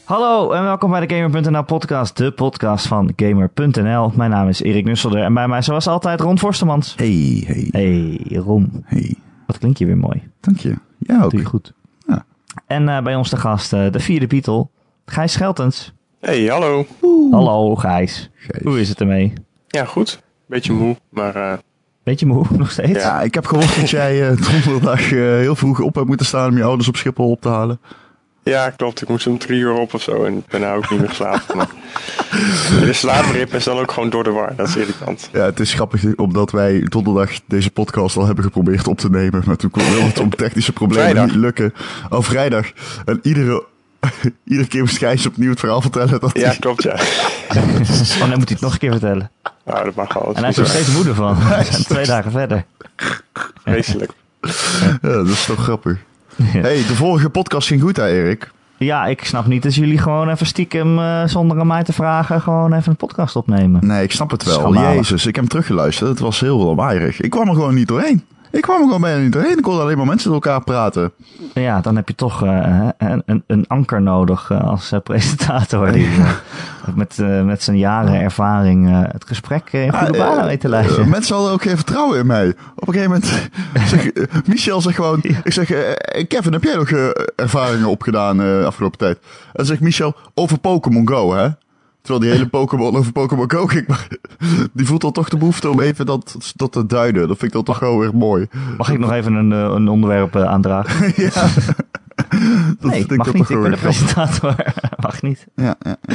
Hallo en welkom bij de Gamer.nl podcast, de podcast van Gamer.nl. Mijn naam is Erik Nusselder en bij mij zoals altijd Ron Forstemans. Hey Ron. Hey. Wat klinkt je weer mooi. Dank je. Ja, ook. Doe je goed. Ja. En bij ons de gast, de vierde Beatle, Gijs Scheltens. Hey, hallo. Hallo Gijs. Hoe is het ermee? Ja, goed. Beetje moe, maar... Beetje moe, nog steeds? Ja, ik heb gehoord dat jij donderdag heel vroeg op hebt moeten staan om je ouders op Schiphol op te halen. Ja, klopt. Ik moest om 3 uur op of zo en ik ben nou ook niet meer geslapen. Maar de slaapgrip is dan ook gewoon door de war. Dat is irritant. Ja, het is grappig omdat wij donderdag deze podcast al hebben geprobeerd op te nemen. Maar toen wilde het om technische problemen Vrijdag. niet lukken. Oh, vrijdag. En iedere keer moest Gijs opnieuw het verhaal vertellen. Dat Ja, klopt, ja. Oh, dan moet hij het nog een keer vertellen. Nou, dat mag wel. En hij is er steeds moeder van. We zijn 2 dagen verder. Vreselijk. Ja, dat is toch grappig. Hey, de vorige podcast ging goed hè, Erik? Ja, ik snap niet dat jullie gewoon even stiekem, zonder aan mij te vragen, gewoon even een podcast opnemen. Nee, ik snap het wel. Schandalig. Jezus, ik heb hem teruggeluisterd. Het was heel langwierig. Ik kwam er gewoon niet doorheen. Ik hoorde alleen maar mensen door elkaar praten. Ja, dan heb je toch een anker nodig als presentator die met zijn jaren ervaring het gesprek in goede banen weet te leiden. Mensen hadden ook geen vertrouwen in mij. Op een gegeven moment Michel zegt gewoon, ik zeg, Kevin, heb jij nog ervaringen opgedaan afgelopen tijd? En dan zegt Michel, over Pokémon Go, hè? Terwijl die hele Pokémon over Pokémon Go ging, maar die voelt dan toch de behoefte om even dat te duiden. Dat vind ik dan toch wel weer mooi. Mag ik nog even een onderwerp aandragen? Ja. Nee, mag niet. Ik ben de presentator. Mag niet. Ja.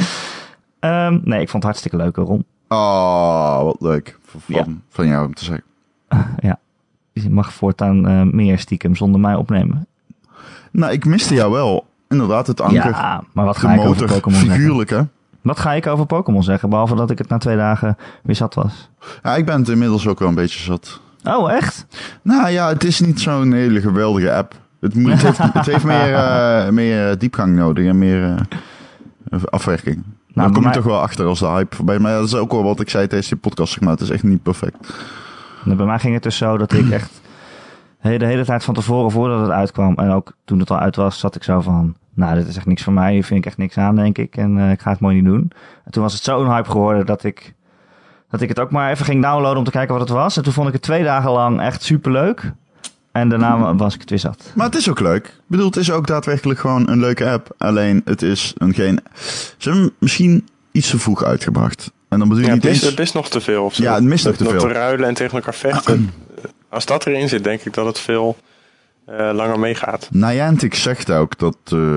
Nee, ik vond het hartstikke leuk, Ron. Oh, wat leuk. Van jou om te zeggen. Ja, je mag voortaan meer stiekem zonder mij opnemen. Nou, ik miste jou wel. Inderdaad, het anker. Ja, maar wat de ga ik over motor, Pokémon zeggen? figuurlijk, hè? Wat ga ik over Pokémon zeggen, behalve dat ik het na 2 dagen weer zat was? Ja, ik ben het inmiddels ook wel een beetje zat. Oh, echt? Nou ja, het is niet zo'n hele geweldige app. Het heeft meer diepgang nodig en meer afwerking. Daar kom je toch wel achter als de hype voorbij. Maar dat is ook wel wat ik zei tijdens die podcast, zeg maar. Het is echt niet perfect. Bij mij ging het dus zo dat ik echt de hele tijd van tevoren, voordat het uitkwam en ook toen het al uit was, zat ik zo van, nou, dit is echt niks voor mij. Hier vind ik echt niks aan, denk ik. En ik ga het mooi niet doen. En toen was het zo'n hype geworden dat ik het ook maar even ging downloaden om te kijken wat het was. En toen vond ik het 2 dagen lang echt superleuk. En daarna was ik het weer zat. Maar het is ook leuk. Ik bedoel, het is ook daadwerkelijk gewoon een leuke app. Alleen, het is ze hebben misschien iets te vroeg uitgebracht. En dan bedoel je niet eens... Het is nog te veel. Of zo. Ja, het mist nog te veel. Dat te ruilen en tegen elkaar vechten. Als dat erin zit, denk ik dat het veel langer meegaat. Niantic zegt ook dat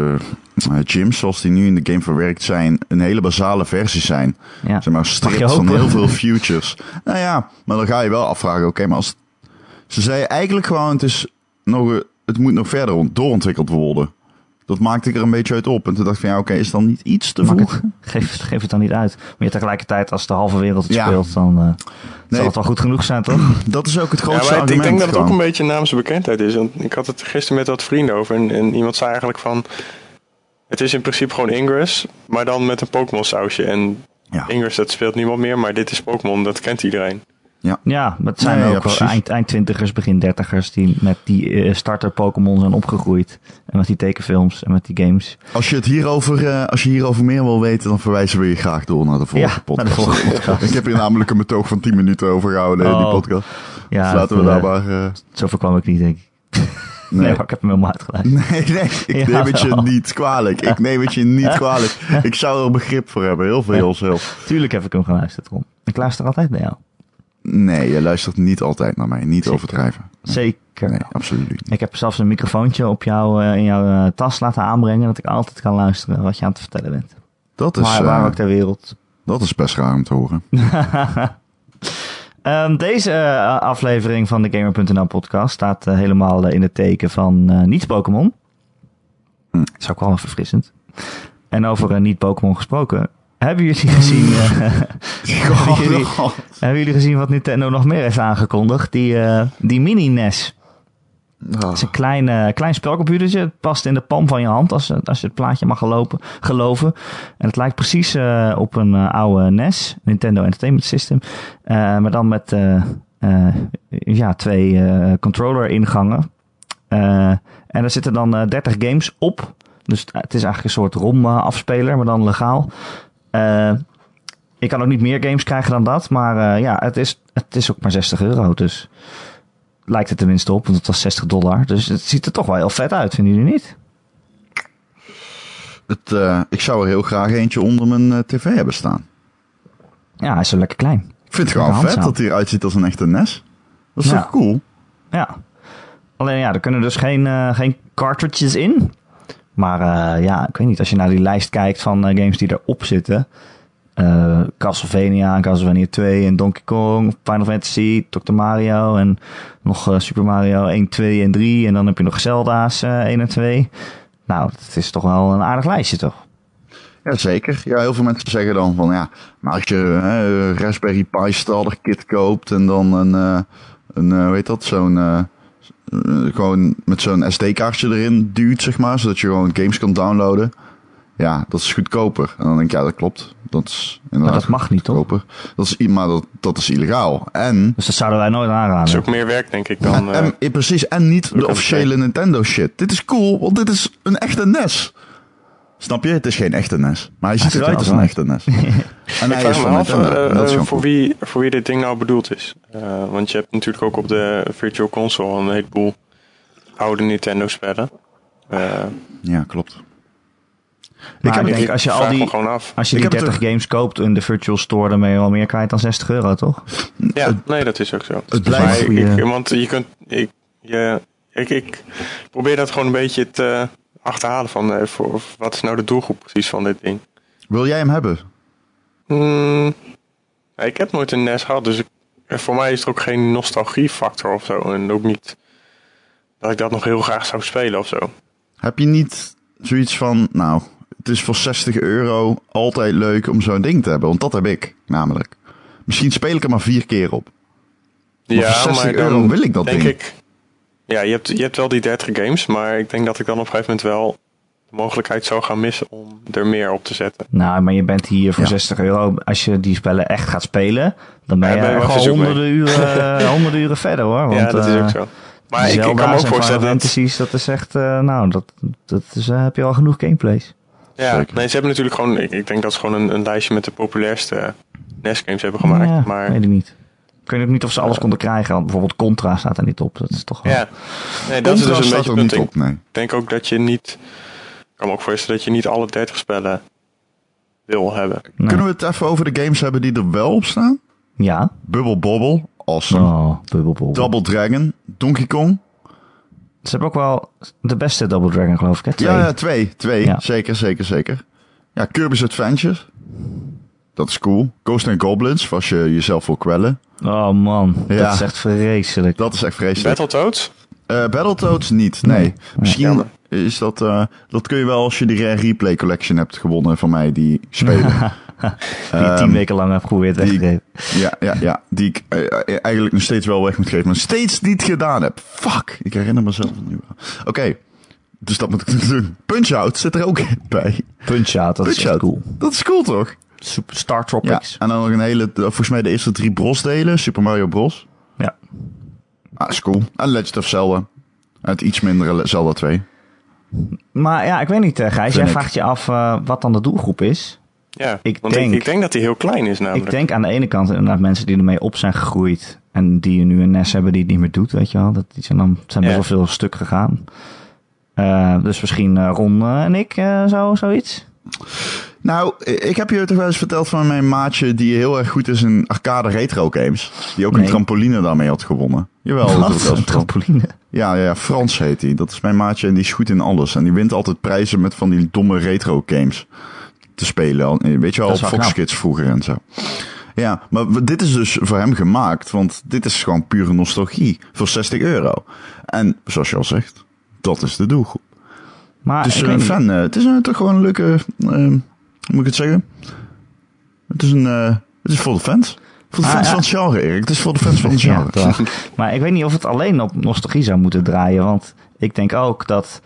gyms zoals die nu in de game verwerkt zijn, een hele basale versie zijn. Ja. Zeg maar strips van heel veel features. Nou ja, maar dan ga je wel afvragen, oké, maar als... Ze zei eigenlijk gewoon, het moet nog verder doorontwikkeld worden. Dat maakte ik er een beetje uit op. En toen dacht ik van, ja, oké, is dan niet iets te vroeg? Geef het dan niet uit. Maar tegelijkertijd, als de halve wereld het speelt, dan zal het wel goed genoeg zijn, toch? Dat is ook het grootste maar argument. Ik denk dat het gewoon. ook een beetje namens de bekendheid is. Want ik had het gisteren met wat vrienden over. En iemand zei eigenlijk van, het is in principe gewoon Ingress, maar dan met een Pokémon sausje. En Ingress, dat speelt niemand meer, maar dit is Pokémon, dat kent iedereen. Ja, maar het zijn ook wel eind 20ers, begin 30ers die met die starter Pokémon zijn opgegroeid. En met die tekenfilms en met die games. Als je hierover meer wil weten, dan verwijzen we je graag door naar de volgende podcast. Ik heb hier namelijk een betoog van 10 minuten over gehouden in die podcast. Ja, dus laten we daar maar... Zo voorkwam ik niet, denk ik. Nee, maar ik heb hem helemaal uitgeluisterd. Nee, ik neem het je niet kwalijk. Ik zou er begrip voor hebben, heel veel zelf. Tuurlijk heb ik hem geluisterd, Ron. Ik luister altijd naar jou. Nee, je luistert niet altijd naar mij. Niet Zeker. Overdrijven. Nee. Zeker. Nee, absoluut niet. Ik heb zelfs een microfoontje op in jouw tas laten aanbrengen, dat ik altijd kan luisteren wat je aan het vertellen bent. Dat is... Maar waar ook ter wereld. Dat is best raar om te horen. Deze aflevering van de Gamer.nl podcast staat helemaal in het teken van niet-Pokémon. Dat is ook wel verfrissend. En over niet-Pokémon gesproken... Hebben jullie gezien... hebben jullie gezien wat Nintendo nog meer heeft aangekondigd? Die mini-NES. Het is een klein spelcomputertje. Het past in de palm van je hand als je het plaatje mag geloven. En het lijkt precies op een oude NES. Nintendo Entertainment System. Maar dan met 2 controller ingangen. En er zitten dan 30 games op. Dus het is eigenlijk een soort ROM-afspeler, maar dan legaal. Ik kan ook niet meer games krijgen dan dat. Maar het is ook maar €60. Dus lijkt het tenminste op, want het was $60. Dus het ziet er toch wel heel vet uit, vinden jullie niet? Ik zou er heel graag eentje onder mijn tv hebben staan. Ja, hij is zo lekker klein. Ik vind het gewoon vet dat hij eruit ziet als een echte NES. Dat is toch cool? Ja. Alleen er kunnen dus geen cartridges in. Maar ik weet niet, als je naar die lijst kijkt van games die erop zitten. Castlevania 2 en Donkey Kong, Final Fantasy, Dr. Mario en nog Super Mario 1, 2 en 3. En dan heb je nog Zelda's 1 en 2. Nou, het is toch wel een aardig lijstje, toch? Ja, zeker. Ja, heel veel mensen zeggen dan van maar als je Raspberry Pi starter kit koopt en dan hoe heet dat, gewoon met zo'n SD-kaartje erin duwt, zeg maar, zodat je gewoon games kan downloaden. Ja, dat is goedkoper. En dan denk ik, dat klopt. Dat is inderdaad maar dat mag niet, goedkoper. Toch? Dat is illegaal. Dus dat zouden wij nooit aanraden. Dat is ook meer werk, denk ik, dan... Precies, en niet de officiële Nintendo shit. Dit is cool, want dit is een echte NES. Snap je? Het is geen echte NES. Maar hij ziet eruit als een echte NES. En hij is van Nintendo. Voor wie dit ding nou bedoeld is. Want je hebt natuurlijk ook op de Virtual Console een heleboel oude Nintendo spellen. Ja, klopt. Maar ik denk, als je die 30 games koopt in de Virtual Store, dan ben je wel meer kwijt dan €60, toch? Ja, nee, dat is ook zo. Het blijft... Want je kunt... Ik probeer dat gewoon een beetje te achterhalen van... wat is nou de doelgroep precies van dit ding? Wil jij hem hebben? Ik heb nooit een NES gehad, dus voor mij is er ook geen nostalgiefactor of zo. En ook niet dat ik dat nog heel graag zou spelen of zo. Heb je niet zoiets van... Nou, het is voor €60 altijd leuk om zo'n ding te hebben. Want dat heb ik, namelijk. Misschien speel ik er maar 4 keer op. Maar voor €60 wil ik dat denk ding. Je hebt wel die 30 games, maar ik denk dat ik dan op een gegeven moment wel de mogelijkheid zou gaan missen om er meer op te zetten. Nou, maar je bent hier voor €60. Als je die spellen echt gaat spelen, dan ben je gewoon honderden uren verder, hoor. Want, ja, dat is ook zo. Maar ik kan me ook voorstellen dat is echt, heb je al genoeg gameplays. Ja, nee, ze hebben natuurlijk gewoon, ik denk dat ze gewoon een lijstje met de populairste NES games hebben gemaakt. Ja, maar weet ik niet. Ik weet ook niet of ze alles konden krijgen. Want bijvoorbeeld Contra staat er niet op. Dat is toch wel... Ja, nee, dat Contra is dus een beetje beetje niet op, nee. Ik denk ook dat je niet... Ik kan me ook voorstellen dat je niet alle 30 spellen wil hebben. Nee. Kunnen we het even over de games hebben die er wel op staan? Ja. Bubble Bobble, awesome. Oh, Bubble Bobble. Double Dragon, Donkey Kong. Ze hebben ook wel de beste Double Dragon, geloof ik, hè? 2. Ja, 2. Ja. Zeker. Ja, Kirby's Adventure. Dat is cool. Ghosts and Goblins, als je jezelf wil kwellen. Oh man, dat is echt vreselijk. Dat is echt vreselijk. Battletoads? Battletoads niet, nee. Misschien is dat... dat kun je wel als je die Rare Replay Collection hebt gewonnen van mij, die spelen. Die 10 weken lang heb geprobeerd weg te geven. Ja. Die ik eigenlijk nog steeds wel weg moet geven, maar steeds niet gedaan heb. Fuck, ik herinner mezelf nu wel. Oké, dus dat moet ik doen. Punch-Out zit er ook bij. Punch-Out, dat is echt cool. Dat is cool, toch? Super Star Tropics. Ja, en dan nog een hele, volgens mij de eerste 3 Bros delen. Super Mario Bros. Ja. Is cool. En Legend of Zelda. Het iets mindere Zelda 2. Maar ja, ik weet niet, Gijs. Jij vraagt je af wat dan de doelgroep is. Ja, ik denk dat die heel klein is namelijk. Ik denk aan de ene kant inderdaad mensen die ermee op zijn gegroeid. En die nu een NES hebben die het niet meer doet, weet je wel. Die zijn best wel veel stuk gegaan. Dus misschien Ron en ik, zoiets. Nou, ik heb je toch wel eens verteld van mijn maatje die heel erg goed is in arcade retro games. Die ook een trampoline daarmee had gewonnen. Jawel. Wat? Een trampoline? Ja, Frans heet hij. Dat is mijn maatje en die is goed in alles. En die wint altijd prijzen met van die domme retro games te spelen. Weet je wel, op Fox Kids vroeger en zo. Ja, maar dit is dus voor hem gemaakt. Want dit is gewoon pure nostalgie voor €60. En zoals je al zegt, dat is de doelgroep. Maar dus fan, het is toch gewoon een leuke... hoe moet ik het zeggen? Het is voor de fans. Voor de fans van het genre, Erik. Het is voor de fans van het genre. Ja, maar ik weet niet of het alleen op nostalgie zou moeten draaien. Want ik denk ook dat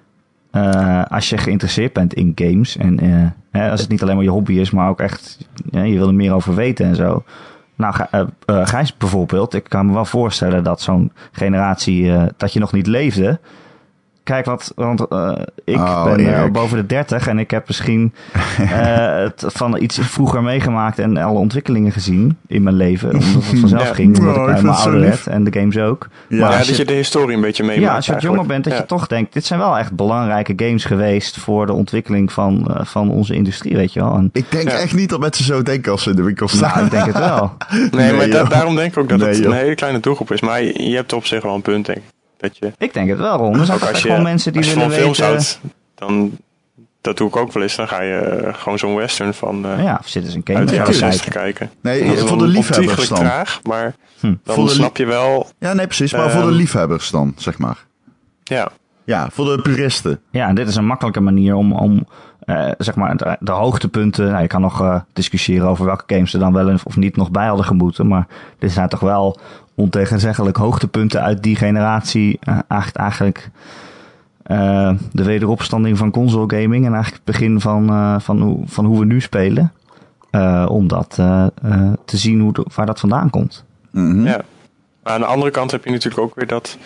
als je geïnteresseerd bent in games... en als het niet alleen maar je hobby is, maar ook echt... je wil er meer over weten en zo. Nou, Gijs bijvoorbeeld. Ik kan me wel voorstellen dat zo'n generatie... dat je nog niet leefde... kijk want ik ben boven de 30 en ik heb misschien het van iets vroeger meegemaakt en alle ontwikkelingen gezien in mijn leven. Omdat het vanzelf ging, omdat ik mijn ouder werd en de games ook. Ja, maar dat je de historie een beetje meemaakt. Ja, als je wat jonger bent, dat je toch denkt, dit zijn wel echt belangrijke games geweest voor de ontwikkeling van onze industrie, weet je wel. En, ik denk echt niet dat mensen zo denken als ze in de winkel staan. Nou, ik denk het wel. Nee, maar daarom denk ik ook dat het een hele kleine doelgroep is. Maar je hebt op zich wel een punt, denk ik. Ik denk het wel, Ron. Er zijn ook gewoon mensen die willen weten... Als je van films houdt, dan... Dat doe ik ook wel eens. Dan ga je gewoon zo'n western van... of zit eens een game uit de jaren 60 kijken. Nee, voor de liefhebbers dan. Traag, maar dan snap je wel... Ja, nee, precies. Maar voor de liefhebbers dan, zeg maar. Ja. Ja, voor de puristen. Ja, en dit is een makkelijke manier om zeg maar de hoogtepunten... Nou, je kan nog discussiëren over welke games er dan wel of niet nog bij hadden gemoeten. Maar dit zijn toch wel ontegenzeggelijk hoogtepunten uit die generatie. Eigenlijk de wederopstanding van console gaming. En eigenlijk het begin van hoe we nu spelen. Om dat te zien waar dat vandaan komt. Mm-hmm. Ja. Maar aan de andere kant heb je natuurlijk ook weer dat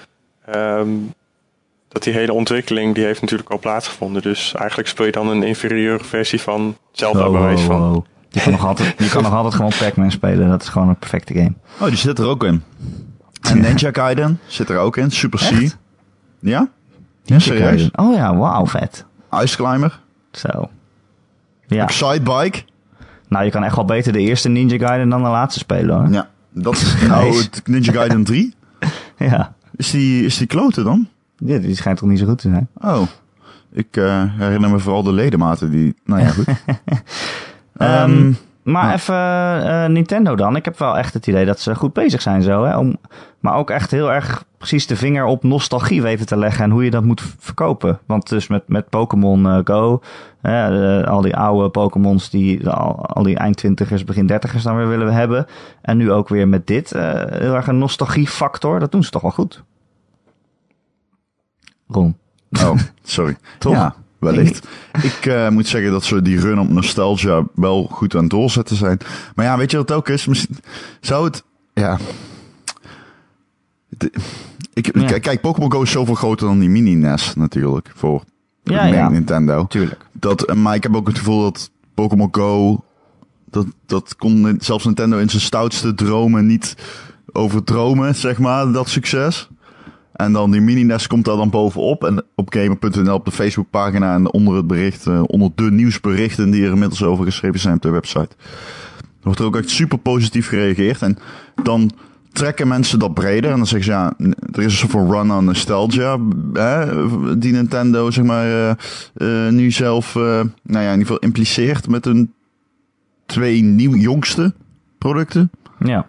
die hele ontwikkeling, die heeft natuurlijk al plaatsgevonden. Dus eigenlijk speel je dan een inferieure versie van Zelda bewijs van. Je kan nog altijd gewoon Pac-Man spelen. Dat is gewoon een perfecte game. Oh, die zit er ook in. En Ninja Gaiden zit er ook in. Super C. Ja? Ja, serieus? Oh ja, wauw, vet. Ice Climber. Zo. Ja. Excitebike. Nou, je kan echt wel beter de eerste Ninja Gaiden dan de laatste spelen, hoor. Ja, dat is het Ninja Gaiden 3. Ja. Is die klote dan? Ja, die schijnt toch niet zo goed te zijn. Oh. Ik herinner me vooral de ledematen die... Nou ja, goed. Maar even Nintendo dan. Ik heb wel echt het idee dat ze goed bezig zijn zo. Hè? Maar ook echt heel erg precies de vinger op nostalgie weten te leggen. En hoe je dat moet verkopen. Want dus met Pokémon Go. Al die oude Pokémons die al die eind-20ers, begin-30ers dan weer willen hebben. En nu ook weer met dit. Heel erg een nostalgiefactor. Dat doen ze toch wel goed. Ron. Oh, sorry. Toch? Ja. Wellicht. Ik moet zeggen dat ze die run op nostalgia wel goed aan het doorzetten zijn. Maar ja, weet je wat het ook is? Misschien zou het... Ja. Kijk, Pokémon Go is zoveel groter dan die mini-NES natuurlijk. Voor Nintendo. Tuurlijk. Maar ik heb ook het gevoel dat Pokémon Go... Dat kon zelfs Nintendo in zijn stoutste dromen niet overdromen, zeg maar. Dat succes. En dan die mini-NES komt daar dan bovenop. En op gamer.nl op de Facebookpagina en onder het bericht, onder de nieuwsberichten die er inmiddels over geschreven zijn op de website. Wordt er ook echt super positief gereageerd. En dan trekken mensen dat breder. En dan zeggen ze, ja, er is een soort van run on nostalgia. Die Nintendo, zeg maar, nu zelf, in ieder geval impliceert met hun 2 jongste producten. Ja.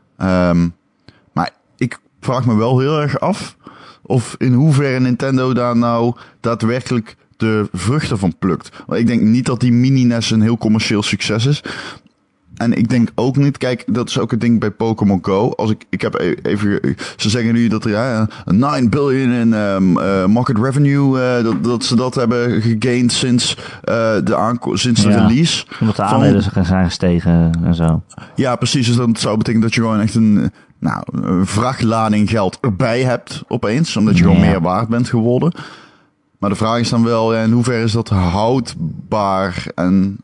Maar ik vraag me wel heel erg af of in hoeverre Nintendo daar nou daadwerkelijk de vruchten van plukt. Want ik denk niet dat die mini-NES een heel commercieel succes is. En ik denk ook niet, kijk, dat is ook het ding bij Pokémon Go. Als ik heb even, ze zeggen nu dat er 9 billion in market revenue, dat ze dat hebben gegained sinds de release. Omdat de aandelen zijn gestegen en zo. Ja, precies. Dus dat zou betekenen dat je gewoon echt een vrachtlading geld erbij hebt opeens. Omdat je gewoon meer waard bent geworden. Maar de vraag is dan wel, in hoeverre is dat houdbaar? En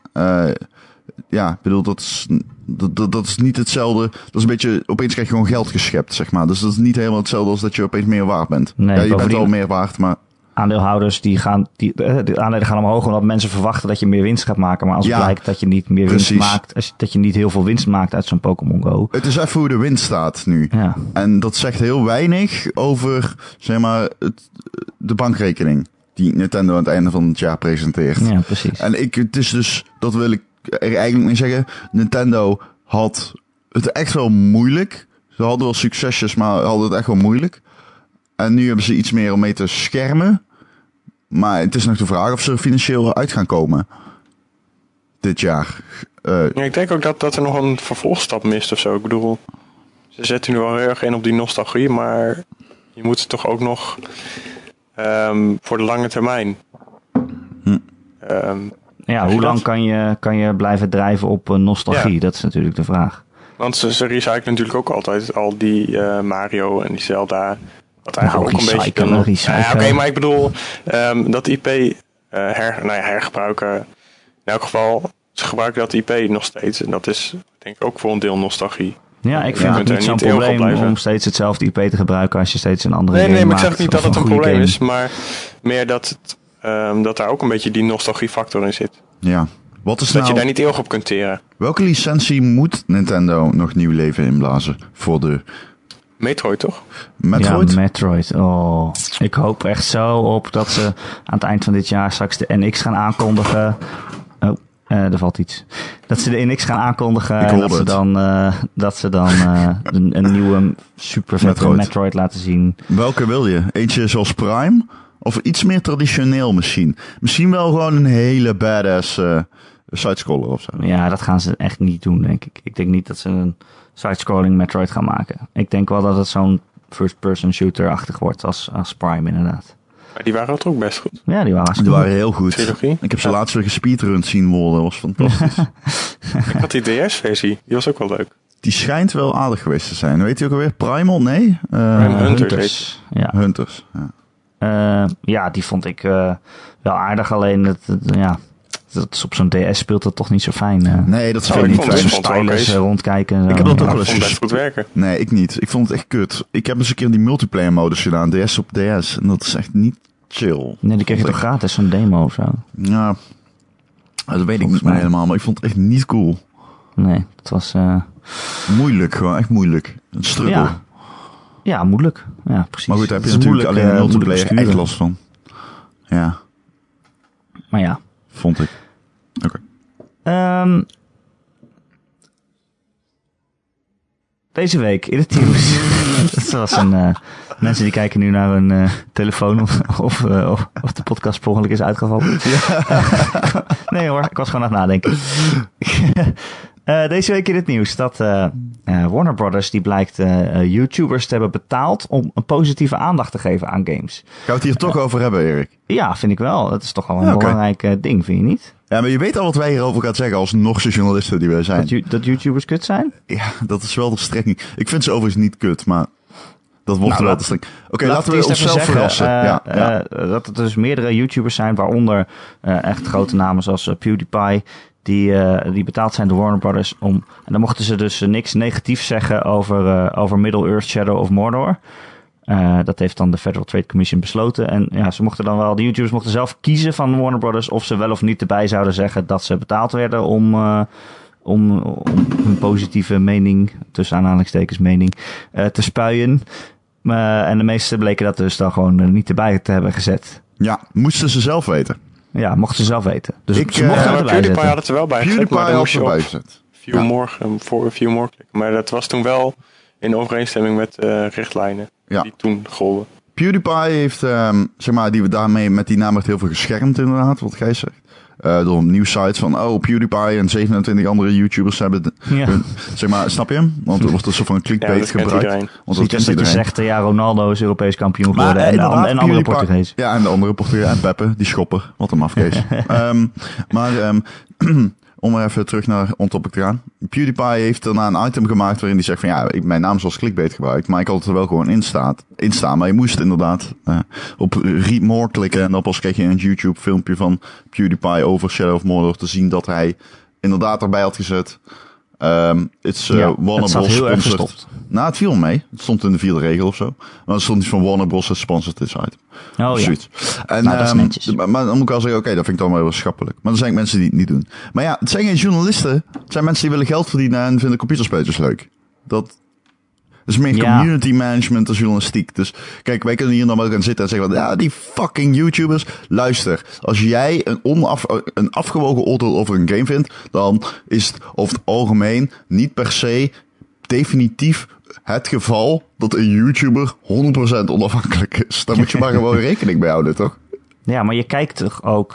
ik bedoel, dat is niet hetzelfde. Dat is een beetje, opeens krijg je gewoon geld geschept, zeg maar. Dus dat is niet helemaal hetzelfde als dat je opeens meer waard bent. Nee, ja, je bent wel meer waard, maar... Aandeelhouders de aandelen gaan omhoog omdat mensen verwachten dat je meer winst gaat maken. Maar als het blijkt dat je niet meer winst maakt, dat je niet heel veel winst maakt uit zo'n Pokémon Go. Het is even hoe de winst staat nu. Ja. En dat zegt heel weinig over, zeg maar, de bankrekening die Nintendo aan het einde van het jaar presenteert. Ja, precies. En het is dus, dat wil ik er eigenlijk mee zeggen, Nintendo had het echt wel moeilijk. Ze hadden wel succesjes, maar hadden het echt wel moeilijk. En nu hebben ze iets meer om mee te schermen. Maar het is nog de vraag of ze er financieel uit gaan komen. Dit jaar. Ja, ik denk ook dat er nog een vervolgstap mist of zo. Ik bedoel, ze zetten nu wel heel erg in op die nostalgie. Maar je moet het toch ook nog voor de lange termijn. Hoe lang kan je blijven drijven op nostalgie? Ja. Dat is natuurlijk de vraag. Want ze recyclen natuurlijk ook altijd al die Mario en die Zelda Wat eigenlijk ook een beetje... Oké, maar ik bedoel dat IP hergebruiken. In elk geval, ze gebruiken dat IP nog steeds. En dat is denk ik ook voor een deel nostalgie. Ja, ik vind het niet zo'n probleem om steeds hetzelfde IP te gebruiken als je steeds een andere game maakt. Nee, maar ik zeg niet dat het een probleem is, maar meer dat daar ook een beetje die nostalgiefactor in zit. Ja. Wat is dat je daar niet eeuwig op kunt teren. Welke licentie moet Nintendo nog nieuw leven inblazen voor de... Metroid, toch? Metroid? Ja, Metroid. Oh, ik hoop echt zo op dat ze aan het eind van dit jaar straks de NX gaan aankondigen. Oh, er valt iets. Dat ze de NX gaan aankondigen en dat ze dan een nieuwe super vette Metroid laten zien. Welke wil je? Eentje zoals Prime? Of iets meer traditioneel misschien? Misschien wel gewoon een hele badass sidescroller of zo. Ja, dat gaan ze echt niet doen, denk ik. Ik denk niet dat ze een sidescrolling Metroid gaan maken. Ik denk wel dat het zo'n first-person shooter-achtig wordt als Prime, inderdaad. Maar die waren ook best goed. Ja, die waren heel goed. Trilogie. Ik heb ze laatst weer gespeedrun zien worden. Dat was fantastisch. Ik had die DS-versie. Die was ook wel leuk. Die schijnt wel aardig geweest te zijn. Weet je ook alweer? Primal? Nee? Hunters. Ja. Hunters, ja. Die vond ik wel aardig. Alleen dat is op zo'n DS speelt dat toch niet zo fijn. Nee, dat vind ik niet fijn. Stylus rondkijken. Ik heb dat ook wel eens best goed werken. Nee, ik niet. Ik vond het echt kut. Ik heb eens een keer die multiplayer modus gedaan. DS op DS. En dat is echt niet chill. Nee, die kreeg je toch gratis, zo'n demo of zo? Ja, dat weet ik niet meer helemaal. Maar ik vond het echt niet cool. Nee, het was... moeilijk, gewoon echt moeilijk. Een struggle. Ja, moeilijk. Ja, precies. Maar goed, daar heb je natuurlijk alleen een multiplayer echt last van. Ja. Maar ja. Vond ik. Oké. Deze week in het nieuws. Dat was mensen die kijken nu naar hun telefoon of de podcast per ongeluk is uitgevallen. Ja. Nee hoor, ik was gewoon aan het nadenken. Deze week in het nieuws dat Warner Brothers die blijkt YouTubers te hebben betaald om een positieve aandacht te geven aan games. Gaan we het hier toch over hebben, Erik? Ja, vind ik wel. Dat is toch wel een belangrijk ding, vind je niet? Ja, maar je weet al wat wij hierover gaan zeggen als Norse journalisten die wij zijn. Dat YouTubers kut zijn? Ja, dat is wel de strekking. Ik vind ze overigens niet kut, maar dat wordt wel de strekking. Oké, laten we onszelf verrassen. Dat er dus meerdere YouTubers zijn, waaronder echt grote namen zoals PewDiePie, die betaald zijn door Warner Brothers en dan mochten ze dus niks negatiefs zeggen over Middle-earth Shadow of Mordor. Dat heeft dan de Federal Trade Commission besloten. En ja, de YouTubers mochten zelf kiezen van Warner Brothers of ze wel of niet erbij zouden zeggen dat ze betaald werden om hun positieve mening, tussen aanhalingstekens mening, te spuien. En de meeste bleken dat dus dan gewoon niet erbij te hebben gezet. Ja, moesten ze zelf weten. Ja, mochten ze zelf weten. Dus PewDiePie had het er wel bij gezet. PewDiePie had het erbij gezet. View more klikken. Maar dat was toen wel in overeenstemming met richtlijnen die toen golden. PewDiePie heeft, zeg maar, met die naam werd heel veel geschermd inderdaad, wat Gijs zegt. Door nieuwsites van, PewDiePie en 27 andere YouTubers hebben zeg maar, snap je hem? Want er wordt een soort van clickbait gebruikt. Want dat kent iedereen. Je zegt, Ronaldo is Europees kampioen geworden en andere Portugees. Ja, en de andere Portugees. En Peppe, die schopper. Wat een afkees. Om maar even terug naar On Topic te gaan. PewDiePie heeft daarna een item gemaakt waarin hij zegt van mijn naam is als clickbait gebruikt, maar ik had het er wel gewoon in staan. Maar je moest inderdaad op Read More klikken en dan pas kreeg je een YouTube filmpje van PewDiePie over Shadow of Mordor te zien dat hij inderdaad erbij had gezet. Warner Bros. Sponsored. Nou, het viel mee. Het stond in de 4e regel of zo. Maar er stond iets van Warner Bros. Sponsored this item. Oh ja. En, dat is netjes. Maar dan moet ik wel zeggen, oké, dat vind ik dan wel schappelijk. Maar er zijn mensen die het niet doen. Maar ja, het zijn geen journalisten. Het zijn mensen die willen geld verdienen en vinden computerspelletjes leuk. Dat is meer community management dan journalistiek. Dus kijk, wij kunnen hier dan wel gaan zitten en zeggen, die fucking YouTubers. Luister, als jij een afgewogen oordeel over een game vindt, dan is het over het algemeen niet per se definitief het geval dat een YouTuber 100% onafhankelijk is. Daar moet je maar gewoon rekening mee houden, toch? Ja, maar je kijkt toch ook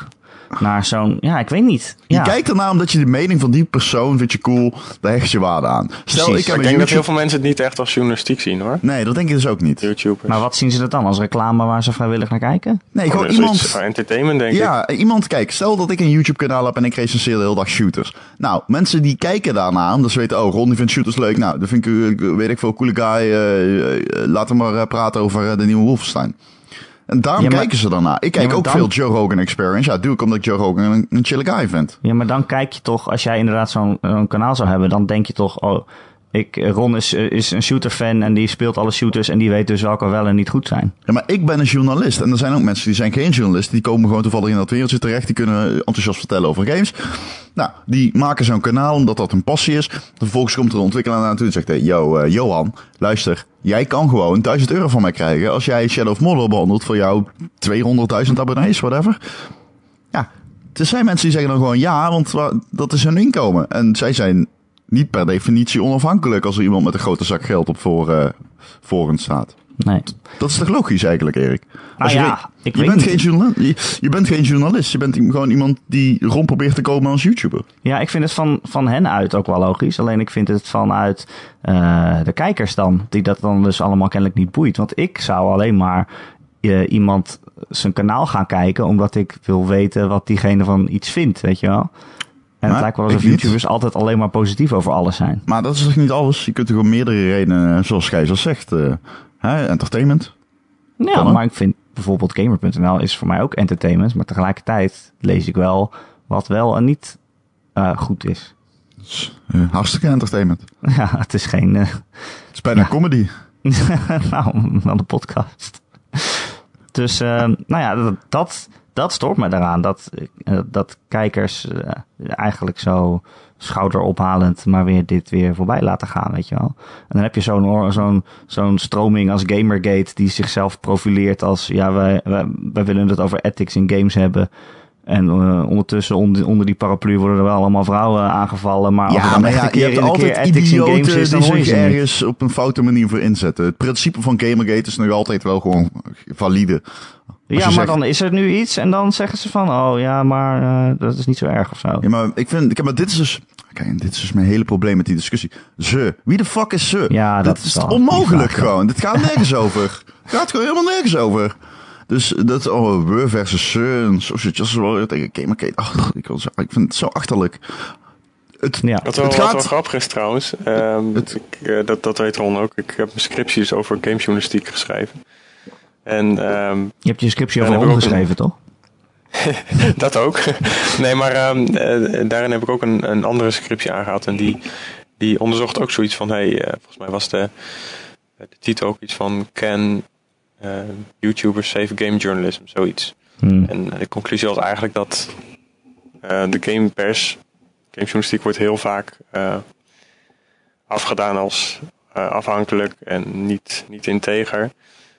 naar zo'n... Ja, ik weet niet. Je kijkt ernaar omdat je de mening van die persoon vind je cool. Daar hecht je waarde aan. Stel, ik denk dat heel veel mensen het niet echt als journalistiek zien, hoor. Nee, dat denk ik dus ook niet. YouTubers. Maar wat zien ze dat dan? Als reclame waar ze vrijwillig naar kijken? Nee, gewoon iemand... entertainment, denk ik. Ja, iemand... Kijk, stel dat ik een YouTube-kanaal heb en ik recenseer de hele dag shooters. Nou, mensen die kijken daarna, omdat ze weten... Oh, Ron die vindt shooters leuk. Nou, dat vind ik, weet ik veel, coole guy. Laten we maar praten over de nieuwe Wolfenstein. En daarom kijken ze daarna. Ik kijk ook veel Joe Rogan Experience. Ja, doe ik omdat ik Joe Rogan een chille guy vind. Ja, maar dan kijk je toch... Als jij inderdaad zo'n kanaal zou hebben... Dan denk je toch... Oh, Ron is een shooter-fan en die speelt alle shooters en die weet dus welke wel en niet goed zijn. Ja, maar ik ben een journalist en er zijn ook mensen die zijn geen journalist. Die komen gewoon toevallig in dat wereldje terecht. Die kunnen enthousiast vertellen over games. Nou, die maken zo'n kanaal omdat dat hun passie is. Vervolgens komt er een ontwikkelaar naartoe en zegt... Hey, Johan, luister. Jij kan gewoon €1000 van mij krijgen als jij Shadow of Mordor behandelt voor jouw 200.000 abonnees, whatever. Ja, er zijn mensen die zeggen dan gewoon ja, want dat is hun inkomen. En zij zijn... niet per definitie onafhankelijk als er iemand met een grote zak geld op voor hen staat. Nee. Dat is toch logisch eigenlijk, Erik? Je bent geen journalist. Je bent gewoon iemand die rond probeert te komen als YouTuber. Ja, ik vind het van hen uit ook wel logisch. Alleen ik vind het vanuit de kijkers dan. Die dat dan dus allemaal kennelijk niet boeit. Want ik zou alleen maar iemand zijn kanaal gaan kijken... omdat ik wil weten wat diegene van iets vindt, weet je wel. En het lijkt wel alsof YouTubers altijd alleen maar positief over alles zijn. Maar dat is toch niet alles? Je kunt er gewoon meerdere redenen, zoals Gijs zegt. Entertainment. Ja, maar ik vind bijvoorbeeld Gamer.nl is voor mij ook entertainment. Maar tegelijkertijd lees ik wel wat wel en niet goed is. Hartstikke entertainment. Ja, het is geen... het is bijna comedy. Nou, wel een podcast. Dus, dat stoort me daaraan. Dat kijkers eigenlijk zo schouderophalend maar dit weer voorbij laten gaan, weet je wel. En dan heb je zo'n stroming als Gamergate die zichzelf profileert als... Ja, wij willen het over ethics in games hebben. En ondertussen onder die paraplu worden er wel allemaal vrouwen aangevallen. Maar als er dan echt een keer ethics in games is, dan hoor je ze ergens op een foute manier voor inzetten. Het principe van Gamergate is nog altijd wel gewoon valide. Ja, maar dan is er nu iets en dan zeggen ze van... Oh ja, maar dat is niet zo erg of zo. Ja, maar dit is dus... Kijk, dit is dus mijn hele probleem met die discussie. Wie de fuck is ze? Ja, dat is onmogelijk gewoon. Dit gaat nergens over. Het gaat gewoon helemaal nergens over. Dus dat we versus ze en Social Justice Warrior tegen Gamergate. Ach, ik vind het zo achterlijk. Wat wel grappig is trouwens. Dat weet Ron ook. Ik heb mijn scripties over gamejournalistiek geschreven. En, je hebt je scriptie over Ron geschreven, toch? Dat ook. Nee, maar daarin heb ik ook een andere scriptie aangehaald. En die onderzocht ook zoiets van... volgens mij was de titel ook iets van... Can YouTubers save game journalism? Zoiets. En de conclusie was eigenlijk dat de gamejournalistiek wordt heel vaak afgedaan als afhankelijk en niet integer.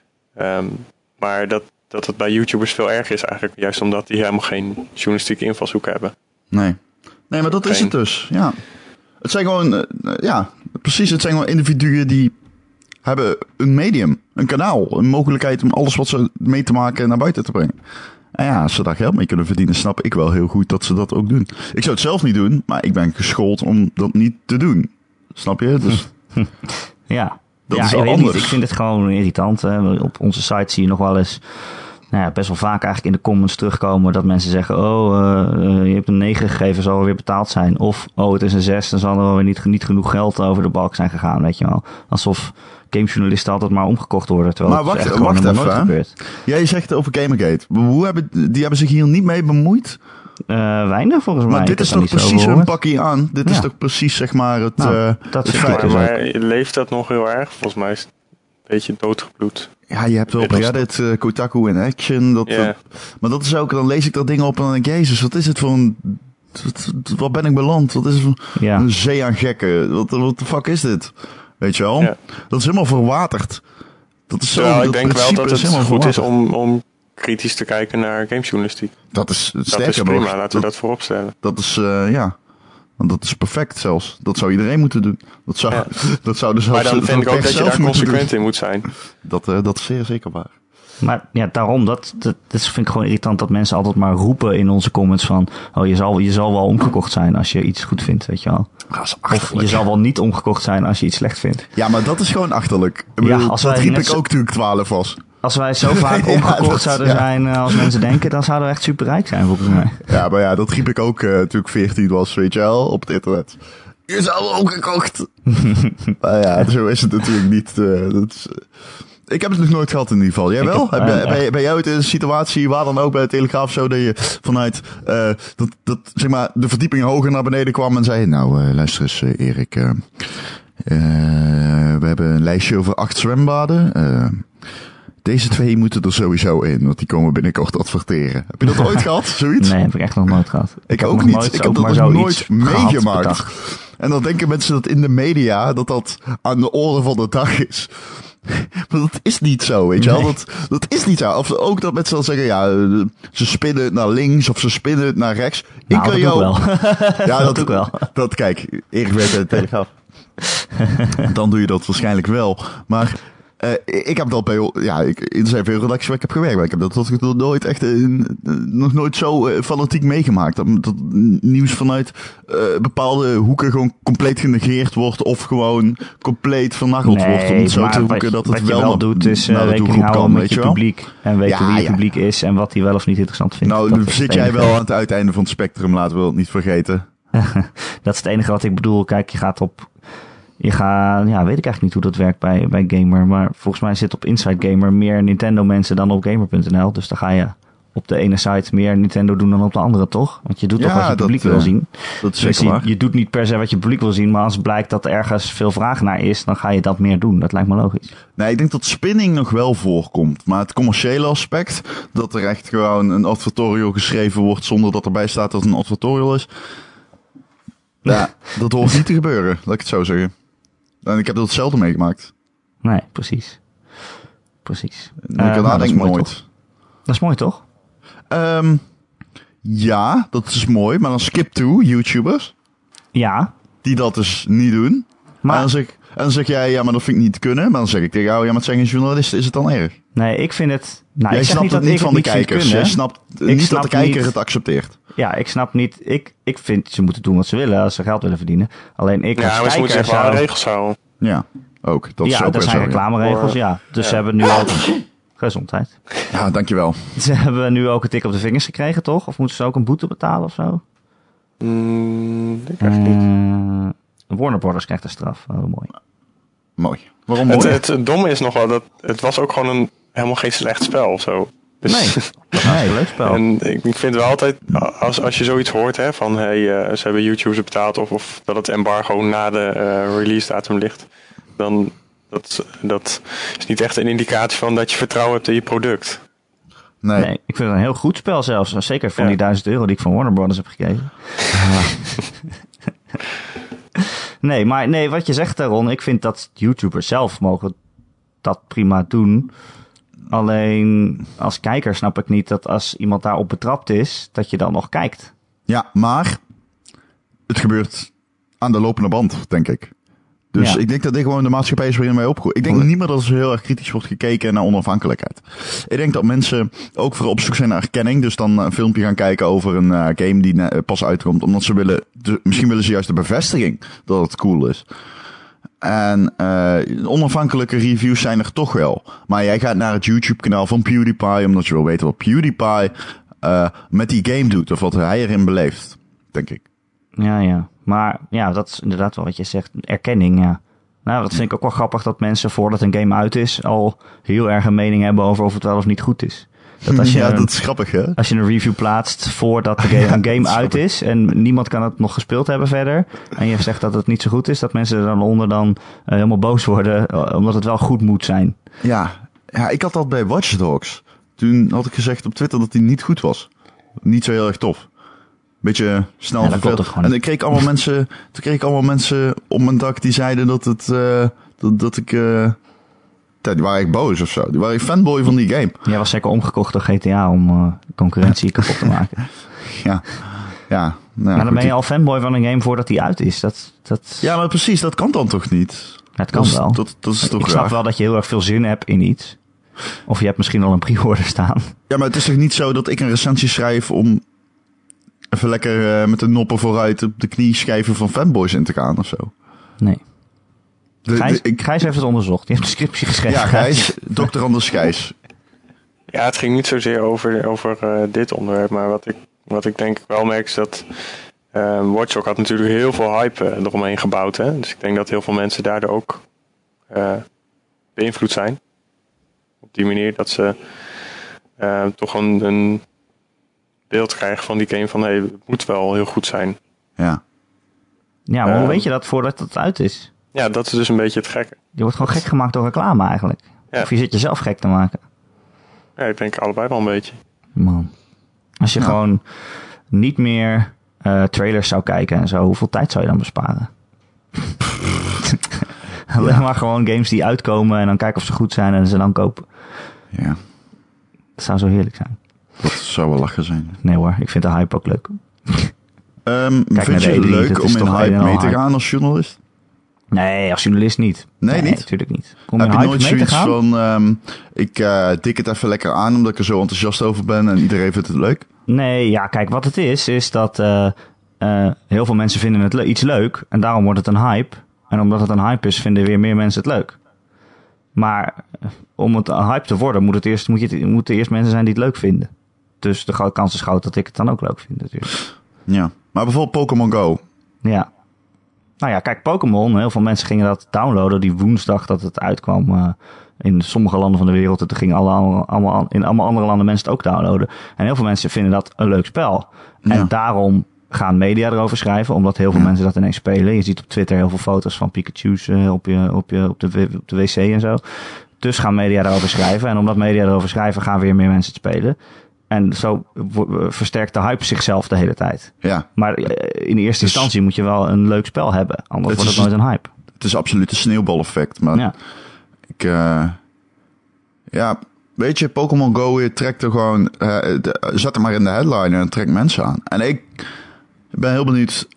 Maar dat het bij YouTubers veel erger is eigenlijk. Juist omdat die helemaal geen journalistieke invalshoek hebben. Nee, maar dat is het dus. Ja. Het zijn gewoon... precies. Het zijn gewoon individuen die hebben een medium. Een kanaal. Een mogelijkheid om alles wat ze mee te maken naar buiten te brengen. En ja, als ze daar geld mee kunnen verdienen, snap ik wel heel goed dat ze dat ook doen. Ik zou het zelf niet doen, maar ik ben geschoold om dat niet te doen. Snap je? Dus... Ja. Dat is wel anders. Ik vind het gewoon irritant. Hè. Op onze site zie je nog wel eens best wel vaak eigenlijk in de comments terugkomen dat mensen zeggen, je hebt een 9 gegeven, zal er weer betaald zijn. Of, het is een 6, dan zal er wel weer niet genoeg geld over de balk zijn gegaan, weet je wel. Alsof gamejournalisten altijd maar omgekocht worden, terwijl maar het echt gewoon helemaal nooit gebeurt. Jij zegt over Gamergate. Die hebben zich hier niet mee bemoeid? Weinig volgens mij. Maar dit is toch precies hun pakje aan? Dit is toch precies zeg maar het feit. Maar leeft dat nog heel erg? Volgens mij is het een beetje doodgebloed. Ja, je hebt wel op Reddit, Kotaku in Action. Maar dat is ook, dan lees ik dat ding op en dan denk ik, jezus, wat is het voor een... Wat ben ik beland? Wat is het voor een zee aan gekken? Wat de fuck is dit? Weet je wel? Ja. Dat is helemaal verwaterd. Dat is zo, ik denk wel dat het goed is om kritisch te kijken naar gamejournalistiek. Dat is prima, laten we dat voorop stellen. Dat is, Want dat is perfect zelfs. Dat zou iedereen moeten doen. Dat zou dus maar dan vind ik ook dat je daar consequent in moet zijn. Dat is zeer zeker waar. Maar ja, daarom, dat vind ik gewoon irritant dat mensen altijd maar roepen in onze comments van, oh, je zal wel omgekocht zijn als je iets goed vindt, weet je wel. Of je zal wel niet omgekocht zijn als je iets slecht vindt. Ja, maar dat is gewoon achterlijk. Dat riep ik ook toen ik 12 was. Als wij zo vaak omgekocht zouden zijn als mensen denken, dan zouden we echt superrijk zijn, volgens mij. Ja, maar ja, dat riep ik ook toen ik 14 was, weet je wel, op het internet. Je zou wel omgekocht. Maar ja, zo is het natuurlijk niet. Ik heb het nog nooit gehad in ieder geval. Jij wel? Ben jij ooit in een situatie, waar dan ook bij de Telegraaf zo, dat je vanuit zeg maar, de verdieping hoger naar beneden kwam en zei, nou, luister eens Erik, we hebben een lijstje over 8 zwembaden. Deze 2 moeten er sowieso in, want die komen binnenkort adverteren. Heb je dat ooit gehad, zoiets? Nee, heb ik echt nog nooit gehad. Ik ook niet. Ik heb dat nog nooit meegemaakt. En dan denken mensen dat in de media, dat aan de orde van de dag is. Maar dat is niet zo, weet je wel. Dat is niet zo. Of ook dat mensen dan zeggen, ja, ze spinnen het naar links of ze spinnen het naar rechts. Nou, dat doe ik wel. Ja, dat doe ik wel. Kijk, Erik werkt bij de Telegraaf. Dan doe je dat waarschijnlijk wel. Maar ik heb dat bij, in zijn veel redacties waar ik heb gewerkt, maar ik heb dat nooit echt, nog nooit zo fanatiek meegemaakt. Dat nieuws vanuit bepaalde hoeken gewoon compleet genegeerd wordt of gewoon compleet vernacheld wordt. Om het zo te hoeken dat het wel doet, is rekening houden met je publiek. En weten wie je publiek is en wat hij wel of niet interessant vindt. Nou, nu zit jij wel aan het uiteinde van het spectrum, laten we het niet vergeten. Dat is het enige wat ik bedoel. Kijk, weet ik eigenlijk niet hoe dat werkt bij Gamer. Maar volgens mij zit op Inside Gamer meer Nintendo mensen dan op Gamer.nl. Dus dan ga je op de ene site meer Nintendo doen dan op de andere, toch? Want je doet toch wat je publiek wil zien. Dat is zeker waar. Je doet niet per se wat je publiek wil zien. Maar als het blijkt dat er ergens veel vraag naar is, dan ga je dat meer doen. Dat lijkt me logisch. Nee, ik denk dat spinning nog wel voorkomt. Maar het commerciële aspect, dat er echt gewoon een advertorial geschreven wordt zonder dat erbij staat dat het een advertorial is. Ja, dat hoort niet te gebeuren, laat ik het zo zeggen. En ik heb dat hetzelfde meegemaakt. Nee, precies. Dat denk ik nooit. Toch? Dat is mooi, toch? Ja, dat is mooi. Maar dan skip to YouTubers. Ja. Die dat dus niet doen. Maar en dan zeg jij, ja, maar dat vind ik niet kunnen. Maar dan zeg ik tegen jou, ja, maar het zijn geen journalisten, is het dan erg? Nee, ik vind het... Nou, jij ik snapt het niet van de kijkers. Jij snapt niet dat de kijker het accepteert. Ja, ik snap niet. Ik vind ze moeten doen wat ze willen als ze geld willen verdienen. Alleen ik als kijker... Ja, maar ze moeten zich wel aan regels houden. Ja, ook. Dat is ook er zijn reclameregels, ja. Dus ze hebben nu ook... Gezondheid. Ja, dankjewel. Ze hebben nu ook een tik op de vingers gekregen, toch? Of moeten ze ook een boete betalen of zo? Ik krijg het niet. Warner Brothers krijgt een straf. Oh, mooi. Mooi. Waarom mooi? Het domme is nog wel dat het was ook gewoon helemaal geen slecht spel of zo. Dus, nee, dat is een leuk spel. En ik vind wel altijd, als je zoiets hoort, hè, van ze hebben YouTubers betaald of dat het embargo na de release datum ligt, dan dat is niet echt een indicatie van dat je vertrouwen hebt in je product. Nee, ik vind het een heel goed spel zelfs. Zeker van die €1000 die ik van Warner Brothers heb gekregen. Nee, wat je zegt, Ron, ik vind dat YouTubers zelf mogen dat prima doen. Alleen als kijker snap ik niet dat als iemand daarop betrapt is, dat je dan nog kijkt. Ja, maar het gebeurt aan de lopende band, denk ik. Dus ik denk dat dit gewoon de maatschappij is waarin wij opgroeien. Ik denk niet meer dat er zo heel erg kritisch wordt gekeken naar onafhankelijkheid. Ik denk dat mensen ook vooral op zoek zijn naar erkenning. Dus dan een filmpje gaan kijken over een game die pas uitkomt. Omdat ze willen, misschien willen ze juist de bevestiging dat het cool is. En onafhankelijke reviews zijn er toch wel. Maar jij gaat naar het YouTube-kanaal van PewDiePie, omdat je wil weten wat PewDiePie met die game doet. Of wat hij erin beleeft, denk ik. Ja. Maar ja, dat is inderdaad wel wat je zegt. Erkenning, ja. Nou, dat vind ik ook wel grappig dat mensen voordat een game uit is al heel erg een mening hebben over of het wel of niet goed is. Dat als je dat is grappig, hè? Als je een review plaatst voordat een game uit is en niemand kan het nog gespeeld hebben verder en je zegt dat het niet zo goed is, dat mensen er dan onder helemaal boos worden omdat het wel goed moet zijn. Ja, ik had dat bij Watch Dogs. Toen had ik gezegd op Twitter dat hij niet goed was. Niet zo heel erg tof. Beetje snel verveeld. En ik kreeg allemaal mensen op mijn dak die zeiden dat het dat ik die waren echt boos of zo. Die waren fanboy van die game. Jij was zeker omgekocht door GTA om concurrentie kapot te maken. Ja, Nou, maar dan ben je al fanboy van een game voordat die uit is. Ja, maar precies, dat kan dan toch niet? Het kan wel. Dat is toch Ik snap wel dat je heel erg veel zin hebt in iets. Of je hebt misschien al een pre-order staan. Ja, maar het is toch niet zo dat ik een recensie schrijf om even lekker met de noppen vooruit op de knieschijven van fanboys in te gaan of zo? Nee. Gijs heeft het onderzocht. Je hebt de scriptie geschreven. Ja, Gijs. Dr. Anders Gijs. Ja, het ging niet zozeer over dit onderwerp. Maar wat ik denk wel merk is dat Watch Dogs had natuurlijk heel veel hype eromheen gebouwd. Hè? Dus ik denk dat heel veel mensen daardoor ook beïnvloed zijn. Op die manier dat ze toch een beeld krijgen van die game van het moet wel heel goed zijn. Ja. Ja, maar hoe weet je dat voordat het uit is? Ja, dat is dus een beetje het gekke. Je wordt gewoon gek gemaakt door reclame eigenlijk. Ja. Of je zit jezelf gek te maken. Ja, ik denk allebei wel een beetje. Man. Als je gewoon niet meer trailers zou kijken en zo, hoeveel tijd zou je dan besparen? Alleen maar gewoon games die uitkomen en dan kijken of ze goed zijn en ze dan kopen. Ja. Dat zou zo heerlijk zijn. Dat zou wel lachen zijn. Nee hoor, ik vind de hype ook leuk. Vind je het leuk om in hype mee te gaan als journalist? Nee, als journalist niet. Nee, niet? Natuurlijk niet. Heb je nooit zoiets van, ik dik het even lekker aan omdat ik er zo enthousiast over ben en iedereen vindt het leuk? Nee, ja, kijk, wat het is dat heel veel mensen vinden het iets leuk en daarom wordt het een hype. En omdat het een hype is, vinden weer meer mensen het leuk. Maar om het een hype te worden, moeten eerst mensen zijn die het leuk vinden. Dus de kans is groot dat ik het dan ook leuk vind natuurlijk. Ja, maar bijvoorbeeld Pokémon Go. Ja. Nou ja, kijk, Pokémon, heel veel mensen gingen dat downloaden die woensdag dat het uitkwam in sommige landen van de wereld. En toen gingen in allemaal andere landen mensen het ook downloaden. En heel veel mensen vinden dat een leuk spel. Ja. En daarom gaan media erover schrijven, omdat heel veel mensen dat ineens spelen. Je ziet op Twitter heel veel foto's van Pikachu's op de wc en zo. Dus gaan media erover schrijven. En omdat media erover schrijven, gaan weer meer mensen het spelen. En zo versterkt de hype zichzelf de hele tijd. Ja. Maar in eerste instantie moet je wel een leuk spel hebben. Anders wordt het nooit een hype. Het is absoluut een sneeuwbaleffect. Maar weet je, Pokémon Go, je trekt er gewoon... zet hem maar in de headline en trekt mensen aan. En ik ben heel benieuwd...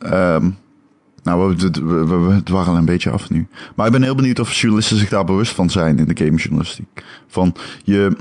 we dwarrelen een beetje af nu. Maar ik ben heel benieuwd of journalisten zich daar bewust van zijn in de gamejournalistiek. Van je...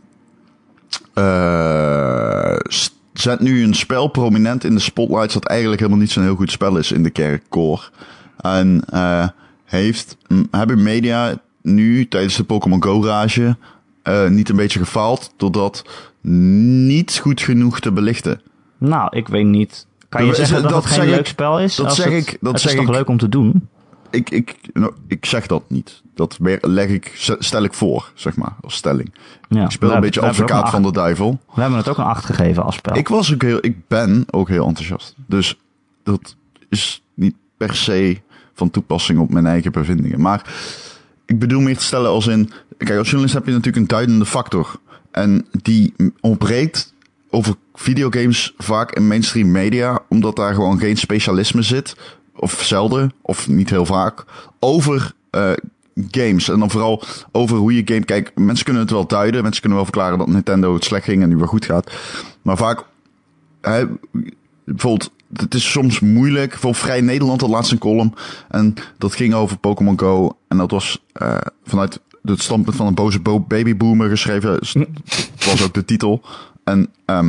zet nu een spel prominent in de spotlights dat eigenlijk helemaal niet zo'n heel goed spel is in de kerncore. En hebben media nu tijdens de Pokémon Go rage niet een beetje gefaald door dat niet goed genoeg te belichten? Nou, ik weet niet. Kan je zeggen dat het geen leuk spel is? Dat zeg ik. Het is toch leuk om te doen? Ik zeg dat niet. Dat stel ik voor, zeg maar, als stelling. Ja, ik speel een beetje advocaat van de duivel. We hebben het ook een 8 gegeven als spel. Ik ben ook heel enthousiast. Dus dat is niet per se van toepassing op mijn eigen bevindingen. Maar ik bedoel meer te stellen als in... Kijk, als journalist heb je natuurlijk een duidende factor. En die ontbreekt over videogames vaak in mainstream media, omdat daar gewoon geen specialisme zit... of zelden, of niet heel vaak, over games. En dan vooral over hoe je game... Kijk, mensen kunnen het wel duiden. Mensen kunnen wel verklaren dat Nintendo het slecht ging en nu weer goed gaat. Maar vaak... bijvoorbeeld, het is soms moeilijk. Bijvoorbeeld Vrij Nederland had laatst een column. En dat ging over Pokémon Go. En dat was vanuit het standpunt van een boze babyboomer geschreven. Dat was ook de titel. En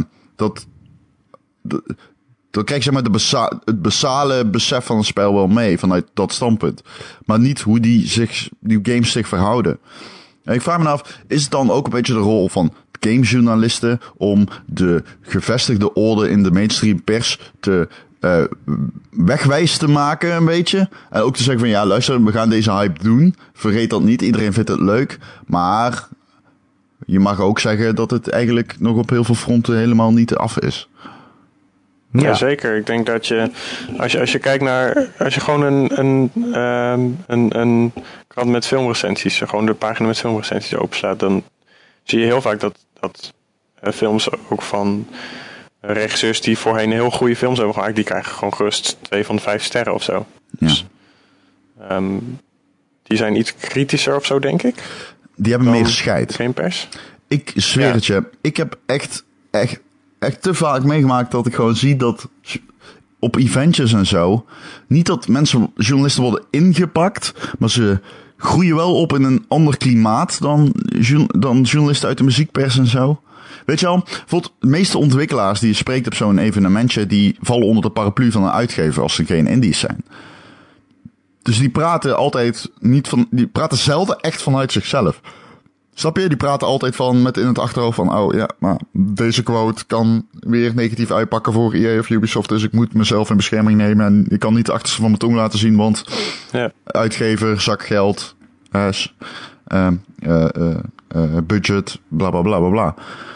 dan krijg je zeg maar het basale besef van een spel wel mee vanuit dat standpunt. Maar niet hoe die games zich verhouden. En ik vraag me af, is het dan ook een beetje de rol van gamejournalisten om de gevestigde orde in de mainstream pers te wegwijs te maken een beetje? En ook te zeggen van ja, luister, we gaan deze hype doen. Vergeet dat niet, iedereen vindt het leuk. Maar je mag ook zeggen dat het eigenlijk nog op heel veel fronten helemaal niet af is. Ja, zeker. Ik denk dat je, als je kijkt naar, als je gewoon een krant met filmrecensies, gewoon de pagina met filmrecensies openslaat, dan zie je heel vaak dat films ook van regisseurs die voorheen heel goede films hebben gemaakt, die krijgen gewoon gerust 2 van de 5 sterren of zo. Ja. Dus, die zijn iets kritischer of zo, denk ik. Die hebben meer scheid. Geen pers. Ik zweer het je. Ik heb echt te vaak meegemaakt dat ik gewoon zie dat op eventjes en zo, niet dat journalisten worden ingepakt, maar ze groeien wel op in een ander klimaat dan journalisten uit de muziekpers en zo. Weet je wel, bijvoorbeeld de meeste ontwikkelaars die je spreekt op zo'n evenementje, die vallen onder de paraplu van een uitgever als ze geen indies zijn. Dus die praten die praten zelden echt vanuit zichzelf. Snap je? Die praten altijd met in het achterhoofd van, oh ja, maar deze quote kan weer negatief uitpakken voor EA of Ubisoft, dus ik moet mezelf in bescherming nemen en ik kan niet de achterste van mijn tong laten zien, want uitgever, zakgeld, budget, bla bla bla bla bla.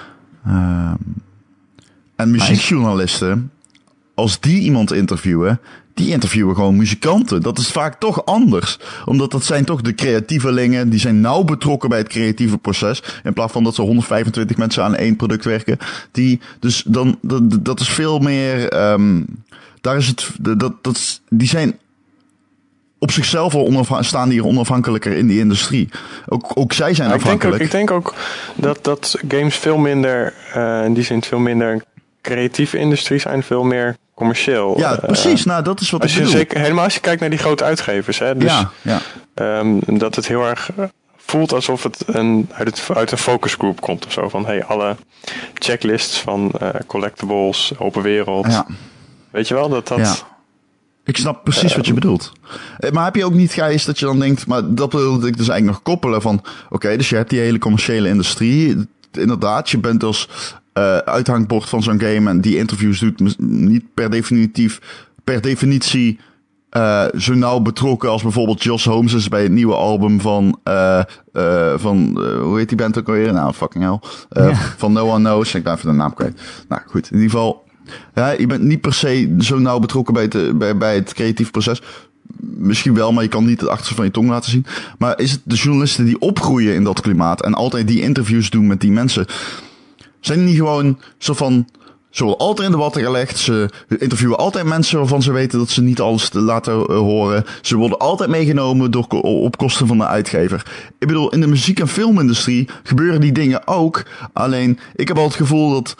En muziekjournalisten, als die iemand interviewen, die interviewen gewoon muzikanten. Dat is vaak toch anders. Omdat dat zijn toch de creatievelingen, die zijn nauw betrokken bij het creatieve proces. In plaats van dat ze 125 mensen aan één product werken. Dus dan, dat is veel meer, daar is het, die zijn op zichzelf al staan die onafhankelijker in die industrie. Ook zij zijn afhankelijk. Ik denk ook dat games veel minder, in die zin veel minder creatieve industrie zijn, veel meer commercieel. Ja, precies. Dat is wat ik bedoel. Helemaal als je kijkt naar die grote uitgevers. Hè, dus, dat het heel erg voelt alsof het uit een focus group komt of zo. Van alle checklists van collectibles, open wereld. Ja. Weet je wel, dat... Ja. Ik snap precies wat je bedoelt. Maar heb je ook niet, Gijs, dat je dan denkt, maar dat wilde ik dus eigenlijk nog koppelen van, oké, dus je hebt die hele commerciële industrie. Inderdaad, je bent als uithangbord van zo'n game en die interviews doet niet per definitie zo nauw betrokken als bijvoorbeeld Josh Holmes is bij het nieuwe album van hoe heet die band ook alweer? Nou, fucking hell. Van No One Knows. Ik ben even de naam kwijt. Nou, goed. In ieder geval, je bent niet per se zo nauw betrokken bij het creatief proces. Misschien wel, maar je kan niet het achterste van je tong laten zien. Maar is het de journalisten die opgroeien in dat klimaat en altijd die interviews doen met die mensen, zijn die niet gewoon zo van, ze worden altijd in de watten gelegd, ze interviewen altijd mensen waarvan ze weten dat ze niet alles laten horen, ze worden altijd meegenomen op kosten van de uitgever. Ik bedoel, in de muziek- en filmindustrie gebeuren die dingen ook, alleen ik heb al het gevoel dat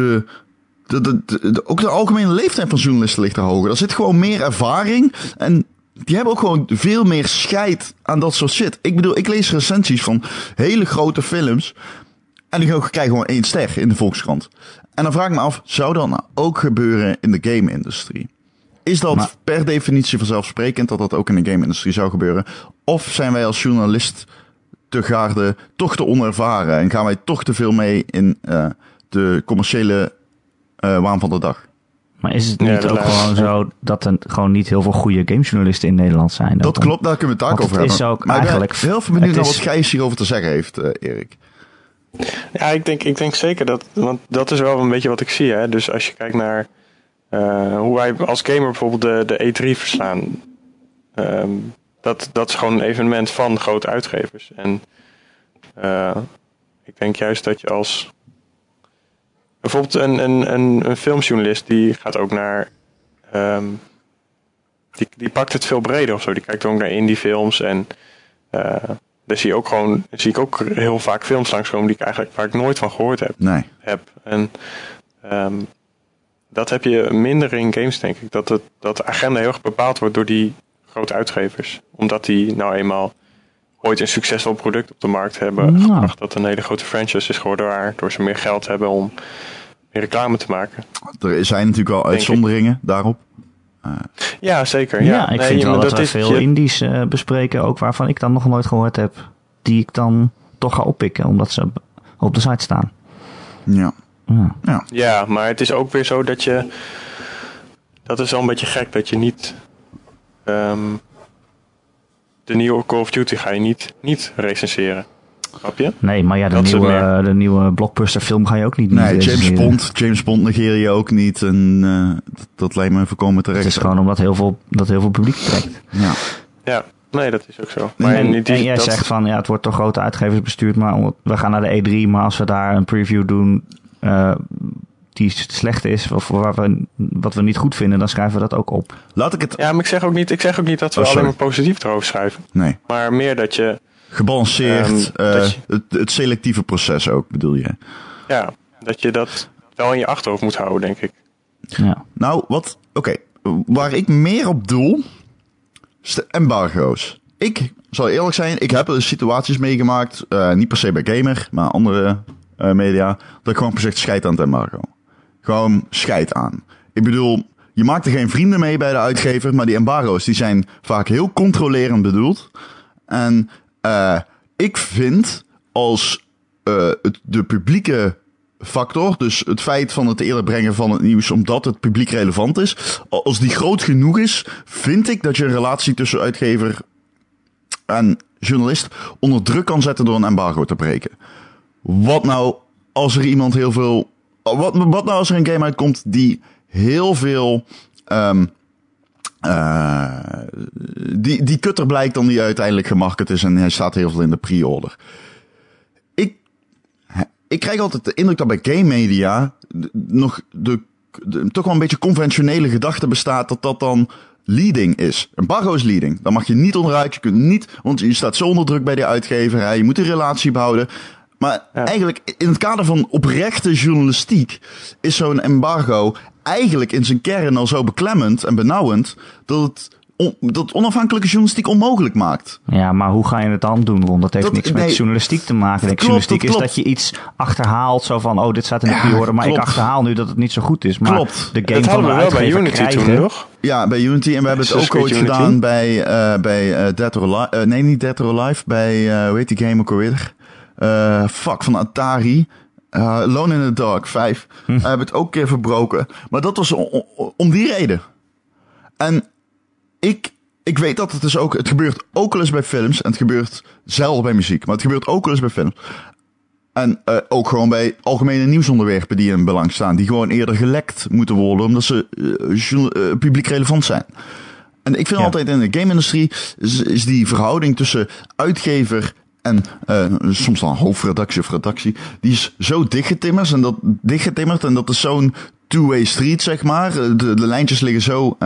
ook de algemene leeftijd van journalisten ligt er hoger. Er zit gewoon meer ervaring en die hebben ook gewoon veel meer scheid aan dat soort shit. Ik bedoel, ik lees recensies van hele grote films en die krijgen gewoon 1 ster in de Volkskrant. En dan vraag ik me af, zou dat nou ook gebeuren in de game-industrie? Is dat per definitie vanzelfsprekend dat dat ook in de game-industrie zou gebeuren? Of zijn wij als journalist te gaarde toch te onervaren en gaan wij toch te veel mee in de commerciële waan van de dag? Maar is het niet ook gewoon zo dat er gewoon niet heel veel goede gamejournalisten in Nederland zijn? Dat klopt, daar kunnen we het over hebben. Is ook maar eigenlijk, ik ben heel veel benieuwd naar wat Gijs hierover te zeggen heeft, Erik. Ja, ik denk zeker dat, want dat is wel een beetje wat ik zie. Hè? Dus als je kijkt naar hoe wij als gamer bijvoorbeeld de E3 verslaan. Dat is gewoon een evenement van grote uitgevers. En ik denk juist dat je als bijvoorbeeld een filmjournalist die gaat ook naar die pakt het veel breder of zo. Die kijkt ook naar indie films en daar zie ik ook heel vaak films langskomen die waar ik nooit van gehoord heb. Nee. En dat heb je minder in games, denk ik. Dat de agenda heel erg bepaald wordt door die grote uitgevers. Omdat die nou eenmaal ooit een succesvol product op de markt hebben gebracht. Dat een hele grote franchise is geworden waardoor ze meer geld hebben om meer reclame te maken. Er zijn natuurlijk wel uitzonderingen daarop. Ja, zeker. Ja, ik vind wel dat we veel indies bespreken, ook waarvan ik dan nog nooit gehoord heb, die ik dan toch ga oppikken, omdat ze op de site staan. Ja, maar het is ook weer zo dat je, dat is wel een beetje gek, dat je niet de nieuwe Call of Duty ga je niet recenseren. Snap je? Nee, maar ja, de nieuwe blockbuster film ga je ook niet James Bond negeer je ook niet. En dat lijkt me voorkomen terecht. Het is gewoon omdat heel veel publiek trekt. Ja, nee, dat is ook zo. Maar en jij zegt van, het wordt door grote uitgevers bestuurd, maar we gaan naar de E3, maar als we daar een preview doen die slecht is, of wat we niet goed vinden, dan schrijven we dat ook op. Laat ik het... Ja, maar ik zeg ook niet dat we alleen maar positief erover schrijven. Nee. Maar meer dat je gebalanceerd, het selectieve proces ook, bedoel je? Ja, dat je dat wel in je achterhoofd moet houden, denk ik. Ja. Nou, oké. waar ik meer op doel, is de embargo's. Ik zal eerlijk zijn, ik heb er situaties meegemaakt, niet per se bij Gamer, maar andere media, dat ik gewoon gezegd scheid aan het embargo. Gewoon scheid aan. Ik bedoel, je maakt er geen vrienden mee bij de uitgever, maar die embargo's die zijn vaak heel controlerend bedoeld. En ik vind als de publieke factor, dus het feit van het eerder brengen van het nieuws omdat het publiek relevant is, als die groot genoeg is, vind ik dat je een relatie tussen uitgever en journalist onder druk kan zetten door een embargo te breken. Wat nou als er iemand heel veel... Wat nou als er een game uitkomt die heel veel... die kutter blijkt dan die uiteindelijk gemarket is en hij staat heel veel in de pre-order. Ik krijg altijd de indruk dat bij game media nog toch wel een beetje conventionele gedachte bestaat dat dan leading is. Embargo is leading. Dan mag je niet onderuit. Je kunt niet, want je staat zo onder druk bij de uitgever. Hè, je moet een relatie behouden. Maar eigenlijk in het kader van oprechte journalistiek is zo'n embargo eigenlijk in zijn kern al zo beklemmend en benauwend dat het onafhankelijke journalistiek onmogelijk maakt. Ja, maar hoe ga je het dan doen, Ron? Dat heeft niks met journalistiek te maken. Journalistiek is dat je iets achterhaalt, zo van, dit staat in de pre-order, maar ik achterhaal nu dat het niet zo goed is. Maar de game van de uitgever bij Unity krijgen, toen, toch? Ja, bij Unity. En we hebben het ook ooit gedaan bij Dead or Alive. Nee, niet Dead or Alive. Bij, hoe heet die game ook alweer? Van Atari. Alone in the Dark 5. We hebben het ook een keer verbroken. Maar dat was om die reden. En ik weet dat het dus ook... Het gebeurt ook wel eens bij films. En het gebeurt zelden bij muziek. Maar het gebeurt ook wel eens bij films. En ook gewoon bij algemene nieuwsonderwerpen die in belang staan. Die gewoon eerder gelekt moeten worden. Omdat ze publiek relevant zijn. En ik vind altijd in de game-industrie is die verhouding tussen uitgever en soms dan hoofdredactie of redactie, die is zo dichtgetimmerd en dat is zo'n two-way street, zeg maar. De lijntjes liggen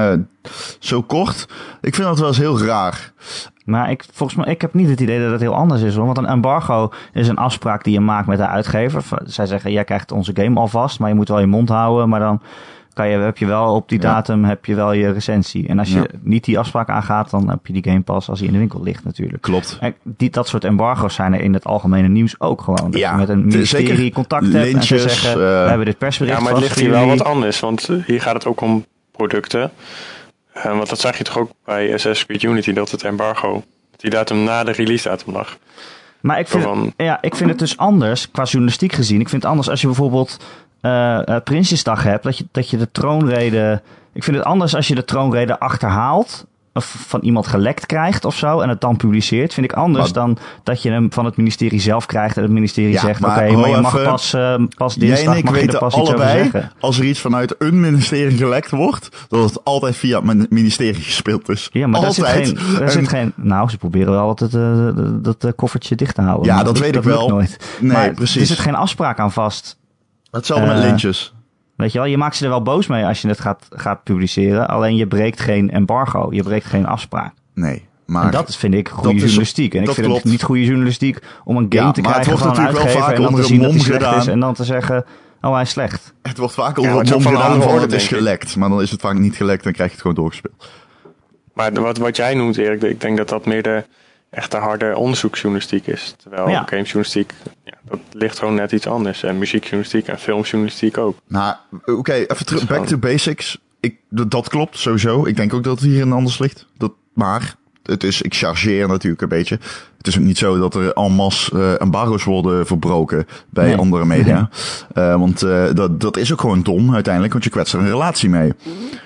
zo kort. Ik vind dat wel eens heel raar. Maar ik heb niet het idee dat het heel anders is, hoor. Want een embargo is een afspraak die je maakt met de uitgever. Zij zeggen, jij krijgt onze game alvast, maar je moet wel je mond houden. Maar dan heb je wel op die datum heb je wel je recensie. En als je niet die afspraak aangaat, dan heb je die game pas als hij in de winkel ligt natuurlijk. Klopt. En dat soort embargo's zijn er in het algemene nieuws ook gewoon. Dat je met een ministerie contact hebt en ze zeggen, we hebben dit persbericht vast. Ja, maar het ligt hier wel wat anders, want hier gaat het ook om producten. Want dat zag je toch ook bij Assassin's Creed Unity, dat het embargo die datum na de release datum lag. Maar ik vind het dus anders, qua journalistiek gezien. Ik vind het anders als je bijvoorbeeld Prinsjesdag hebt, dat je de troonrede... Ik vind het anders als je de troonrede achterhaalt, of van iemand gelekt krijgt of zo, en het dan publiceert. Vind ik anders dan dat je hem van het ministerie zelf krijgt en het ministerie zegt, maar je mag pas dinsdag, mag je er pas iets over zeggen. Als er iets vanuit een ministerie gelekt wordt, dat het altijd via het ministerie gespeeld is. Ja, maar daar zit geen... Nou, ze proberen wel altijd dat koffertje dicht te houden. Ja, dat weet ik wel. Nooit. Nee, maar precies. Er zit geen afspraak aan vast. Hetzelfde met lintjes. Weet je wel, je maakt ze er wel boos mee als je het gaat publiceren. Alleen je breekt geen embargo. Je breekt geen afspraak. Nee, maar... En dat vind ik goede journalistiek. En ik vind het niet goede journalistiek om een game te krijgen van een uitgever en dan te zien dat hij slecht is. En dan te zeggen, hij is slecht. Het wordt vaak onder een mom gedaan van het is gelekt. Maar dan is het vaak niet gelekt en krijg je het gewoon doorgespeeld. Maar wat jij noemt, Erik, ik denk dat meer de echte harde onderzoeksjournalistiek is. Terwijl gamejournalistiek, dat ligt gewoon net iets anders. En muziekjournalistiek en filmjournalistiek ook. Nou, oké, even terug. Back to basics. Dat klopt, sowieso. Ik denk ook dat het hierin anders ligt. Maar ik chargeer natuurlijk een beetje. Het is ook niet zo dat er en masse embargo's worden verbroken bij andere media. Want dat is ook gewoon dom uiteindelijk, want je kwetst er een relatie mee.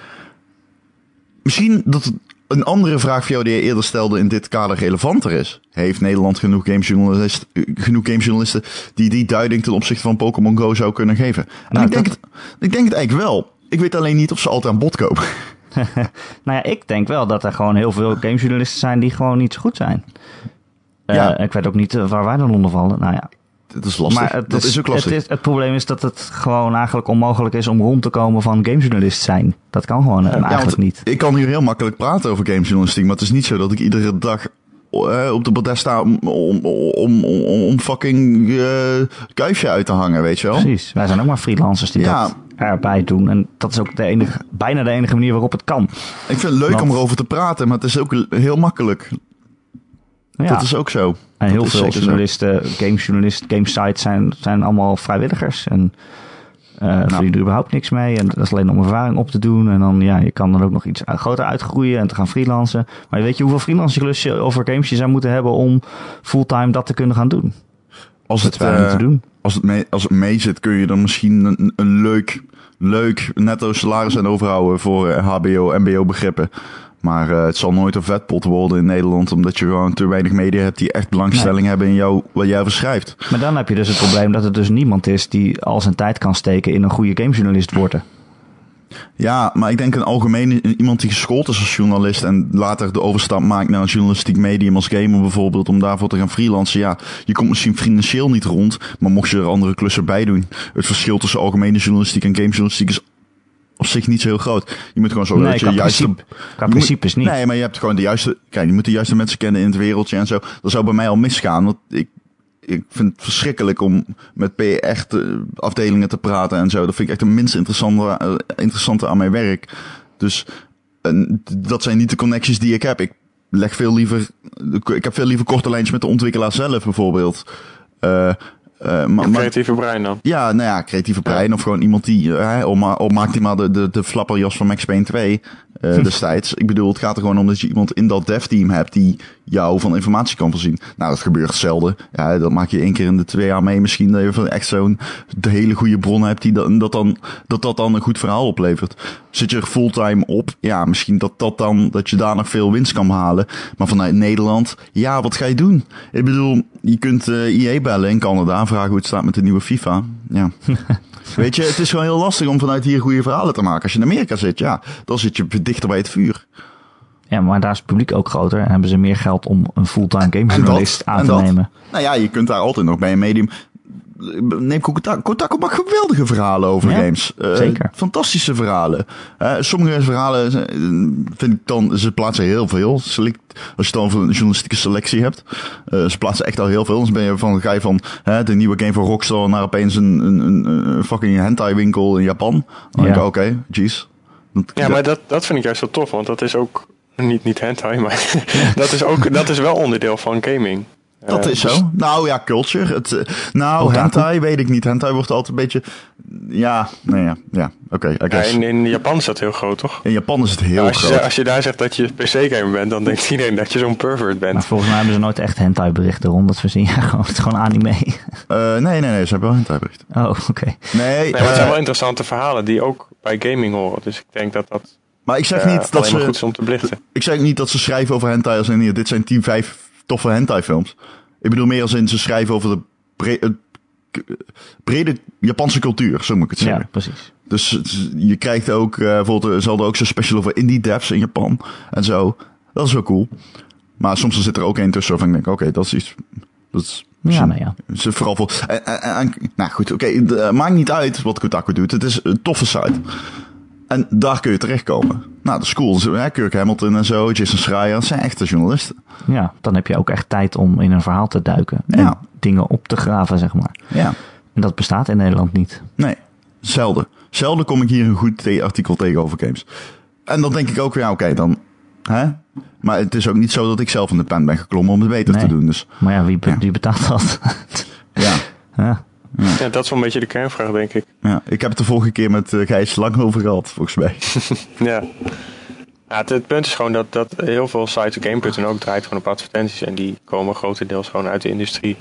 Misschien dat een andere vraag voor jou die je eerder stelde in dit kader relevanter is. Heeft Nederland genoeg gamejournalisten die die duiding ten opzichte van Pokémon Go zou kunnen geven? En ik denk het eigenlijk wel. Ik weet alleen niet of ze altijd aan bod komen. Nou ja, ik denk wel dat er gewoon heel veel gamejournalisten zijn die gewoon niet zo goed zijn. Ik weet ook niet waar wij dan onder vallen. Nou ja. Dat is lastig. Maar dat is ook lastig. Het probleem is dat het gewoon eigenlijk onmogelijk is om rond te komen van gamejournalist zijn. Dat kan gewoon eigenlijk niet. Ik kan hier heel makkelijk praten over gamejournalistiek, maar het is niet zo dat ik iedere dag op de bordes sta om fucking kuifje uit te hangen, weet je wel? Precies. Wij zijn ook maar freelancers die dat erbij doen. En dat is ook bijna de enige manier waarop het kan. Ik vind het leuk om erover te praten, maar het is ook heel makkelijk. Ja. Dat is ook zo. En heel veel journalisten, gamesites zijn allemaal vrijwilligers. En verdienen er überhaupt niks mee. En dat is alleen om ervaring op te doen. En dan, je kan dan ook nog iets groter uitgroeien en te gaan freelancen. Maar weet je hoeveel freelancingklussen je over games je zou moeten hebben om fulltime dat te kunnen gaan doen? Als het mee zit, kun je dan misschien een leuk netto salaris aan overhouden voor HBO, MBO begrippen. Maar het zal nooit een vetpot worden in Nederland, omdat je gewoon te weinig media hebt die echt belangstelling hebben in wat jij verschrijft. Maar dan heb je dus het probleem dat er dus niemand is die al zijn tijd kan steken in een goede gamejournalist worden. Ja, maar ik denk een algemene iemand die geschoold is als journalist en later de overstap maakt naar een journalistiek medium als gamer bijvoorbeeld, om daarvoor te gaan freelancen. Ja, je komt misschien financieel niet rond, maar mocht je er andere klussen bij doen. Het verschil tussen algemene journalistiek en gamejournalistiek is op zich niet zo heel groot. Je moet gewoon zo dat je juiste... Qua principes niet. Nee, maar je hebt gewoon de juiste... Kijk, je moet de juiste mensen kennen in het wereldje en zo. Dat zou bij mij al misgaan, want ik vind het verschrikkelijk om met PR-afdelingen te praten en zo. Dat vind ik echt het minst interessante aan mijn werk. Dus dat zijn niet de connecties die ik heb. Ik heb veel liever korte lijntjes met de ontwikkelaar zelf bijvoorbeeld. Creatieve brein dan? Ja, nou ja, creatieve brein. Of gewoon iemand die... Of maakt hij maar de flapperjas van Max Payne 2 destijds. Ik bedoel, het gaat er gewoon om dat je iemand in dat dev-team hebt die jou van informatie kan voorzien. Nou, dat gebeurt zelden. Ja, dat maak je 1 keer in de 2 jaar mee misschien. Dat je echt zo'n hele goede bron hebt die dat dan een goed verhaal oplevert. Zit je er fulltime op? Ja, misschien dat je daar nog veel winst kan behalen. Maar vanuit Nederland, ja, wat ga je doen? Ik bedoel, je kunt EA bellen in Canada, vragen hoe het staat met de nieuwe FIFA. Ja. Weet je, het is gewoon heel lastig om vanuit hier goede verhalen te maken. Als je in Amerika zit, ja, dan zit je dichter bij het vuur. Ja, maar daar is het publiek ook groter en hebben ze meer geld om een fulltime gamejournalist aan te nemen. Nou ja, je kunt daar altijd nog bij een medium... Neem Kotaku maakt geweldige verhalen over games. Zeker. Fantastische verhalen. Sommige verhalen vind ik dan, ze plaatsen heel veel. Als je het dan over een journalistieke selectie hebt. Ze plaatsen echt al heel veel. Dan ga je van de nieuwe game van Rockstar naar opeens een fucking hentai winkel in Japan. Dan denk ik, oké, jeez. Ja, maar dat vind ik juist wel tof. Want dat is ook, niet hentai, maar dat is wel onderdeel van gaming. Dat is zo. Nou ja, culture. Hentai weet ik niet. Hentai wordt altijd een beetje... Ja, oké. In Japan is dat heel groot, toch? In Japan is het heel groot. Als je daar zegt dat je PC-gamer bent, dan denkt iedereen dat je zo'n pervert bent. Maar volgens mij hebben ze nooit echt hentai-berichten rond. Dat verzin je gewoon. Het is gewoon anime. Nee, ze hebben wel hentai-berichten. Oh, oké. Nee, maar het zijn wel interessante verhalen die ook bij gaming horen. Dus ik denk dat... Maar ik zeg niet dat ze... goed is om te belichten. Ik zeg niet dat ze schrijven over hentai als in hier. Dit zijn 5 toffe hentai-films. Ik bedoel meer als in ze schrijven over de brede Japanse cultuur, zo moet ik het zeggen. Ja, precies. Dus je krijgt ook, bijvoorbeeld, ze hadden ook zo'n special over indie devs in Japan en zo. Dat is wel cool. Maar soms zit er ook één tussen waarvan ik denk, oké, dat is iets... Ze vooral voor... nou goed, oké, maakt niet uit wat Kotaku doet. Het is een toffe site. En daar kun je terechtkomen. Nou, dat is cool. Kirk Hamilton en zo, Jason Schreier, dat zijn echte journalisten. Ja, dan heb je ook echt tijd om in een verhaal te duiken. En dingen op te graven, zeg maar. Ja. En dat bestaat in Nederland niet. Nee, zelden. Zelden kom ik hier een goed artikel tegen over games. En dan denk ik ook weer, oké, dan... Maar het is ook niet zo dat ik zelf in de pen ben geklommen om het beter te doen. Dus. Maar ja, wie betaalt dat? Ja, dat is wel een beetje de kernvraag, denk ik. Ja, ik heb het de vorige keer met Gijs lang over gehad, volgens mij. Ja, het punt is gewoon dat heel veel sites, Game.nl ook draait gewoon op advertenties. En die komen grotendeels gewoon uit de industrie.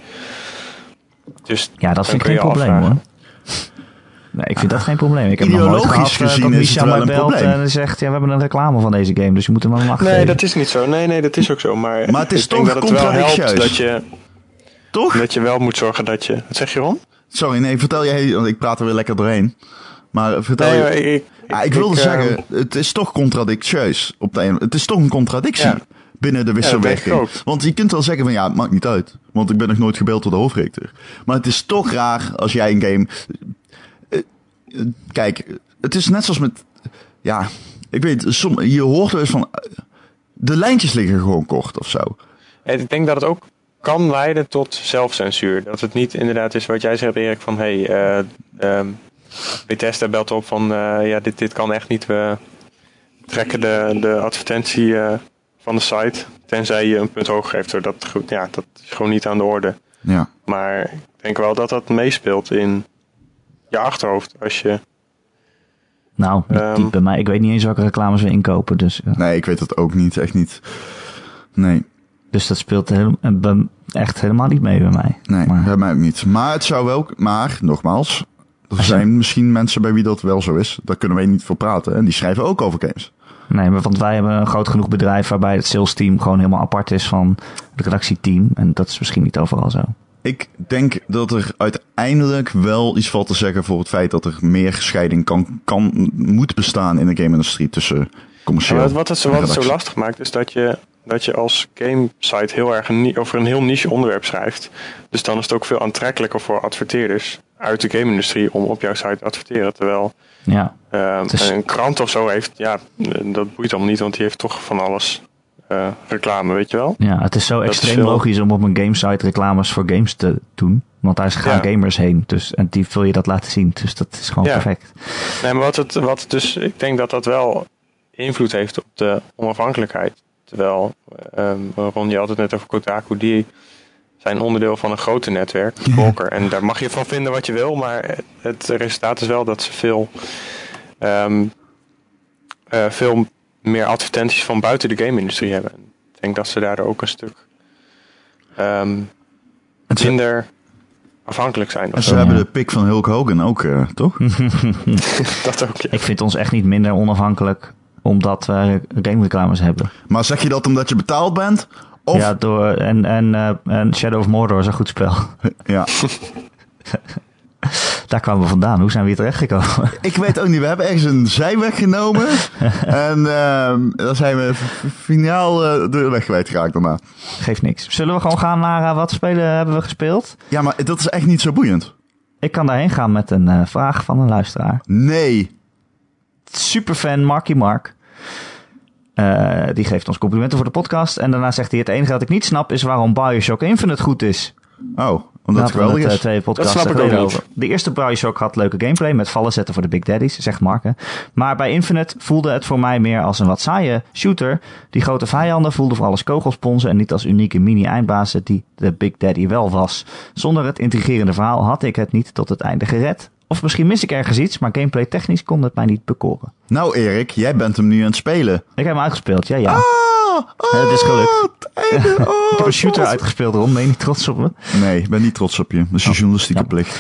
Dus ja, dat vind ik geen probleem, hoor. Nee, ik vind dat geen probleem. Ik heb nog nooit gehad gezien dat Michel mij belt en zegt... Ja, we hebben een reclame van deze game, dus je moet hem wel een 8 geven. Nee, dat is niet zo. Nee, dat is ook zo. Maar het is toch contradictieus. Dat je wel moet zorgen dat je... Wat zeg je, Ron? Sorry, nee, vertel jij... Want ik praat er weer lekker doorheen. Maar vertel je... Ik wilde zeggen, het is toch contradictieus. Het is toch een contradictie binnen de wisselwerking. Want je kunt wel zeggen van het maakt niet uit. Want ik ben nog nooit gebeld door de hoofdredacteur. Maar het is toch raar als jij een game... Kijk, het is net zoals met... Ja, ik weet, je hoort wel eens van... De lijntjes liggen gewoon kort of zo. Ik denk dat het ook kan leiden tot zelfcensuur. Dat het niet inderdaad is wat jij zegt, Erik, van Bethesda belt op van, dit kan echt niet. We trekken de advertentie van de site, tenzij je een punt hoger geeft. Dat is gewoon niet aan de orde. Ja. Maar ik denk wel dat dat meespeelt in je achterhoofd. Als je... Nou, niet bij mij. Ik weet niet eens welke reclames we inkopen. Dus, Nee, ik weet dat ook niet. Echt niet. Nee. Dus dat speelt echt helemaal niet mee bij mij. Nee, bij mij ook niet. Maar het zou wel... Maar, nogmaals, er zijn misschien mensen bij wie dat wel zo is. Daar kunnen wij niet voor praten. En die schrijven ook over games. Nee, maar want wij hebben een groot genoeg bedrijf waarbij het sales team gewoon helemaal apart is van het redactieteam. En dat is misschien niet overal zo. Ik denk dat er uiteindelijk wel iets valt te zeggen voor het feit dat er meer scheiding moet bestaan in de game-industrie tussen commercieel en wat het zo lastig maakt is dat je als gamesite heel erg over een heel niche onderwerp schrijft. Dus dan is het ook veel aantrekkelijker voor adverteerders uit de game-industrie om op jouw site te adverteren. Terwijl een krant of zo heeft, dat boeit allemaal niet, want die heeft toch van alles reclame, weet je wel? Ja, het is zo extreem logisch om op een gamesite reclames voor games te doen. Want daar gaan gamers heen. Dus, en die wil je dat laten zien. Dus dat is gewoon perfect. Nee, maar dus ik denk dat dat wel invloed heeft op de onafhankelijkheid. Terwijl, Ron, je had het net over Kotaku, die zijn onderdeel van een groter netwerk, Gawker. En daar mag je van vinden wat je wil, maar het resultaat is wel dat ze veel meer advertenties van buiten de game-industrie hebben. Ik denk dat ze daardoor ook een stuk minder afhankelijk zijn. En ze hebben de pick van Hulk Hogan ook, toch? Dat ook, ja. Ik vind ons echt niet minder onafhankelijk omdat we game-reclames hebben. Maar zeg je dat omdat je betaald bent? Of... Ja, en Shadow of Mordor is een goed spel. Ja. Daar kwamen we vandaan. Hoe zijn we hier terechtgekomen? Ik weet ook niet. We hebben ergens een zijweg genomen. En dan zijn we finaal de weg kwijtgeraakt daarna. Geeft niks. Zullen we gewoon gaan naar wat spelen hebben we gespeeld? Ja, maar dat is echt niet zo boeiend. Ik kan daarheen gaan met een vraag van een luisteraar. Nee. Superfan Marky Mark. Die geeft ons complimenten voor de podcast. En daarna zegt hij: het enige dat ik niet snap is waarom BioShock Infinite goed is. Oh, omdat het geweldig is. Twee podcasts dat snap ik ook niet. De eerste BioShock had leuke gameplay met vallen zetten voor de Big Daddies, zegt Mark. Maar bij Infinite voelde het voor mij meer als een wat saaie shooter. Die grote vijanden voelden vooral als kogelsponsen en niet als unieke mini-eindbazen die de Big Daddy wel was. Zonder het intrigerende verhaal had ik het niet tot het einde gered. Of misschien mis ik ergens iets, maar gameplay technisch kon het mij niet bekoren. Nou Erik, jij bent hem nu aan het spelen. Ik heb hem uitgespeeld, ja. Het is gelukt. Ik heb een shooter uitgespeeld, Ron. Ben je niet trots op me? Nee, ik ben niet trots op je. Dat is je journalistieke plicht.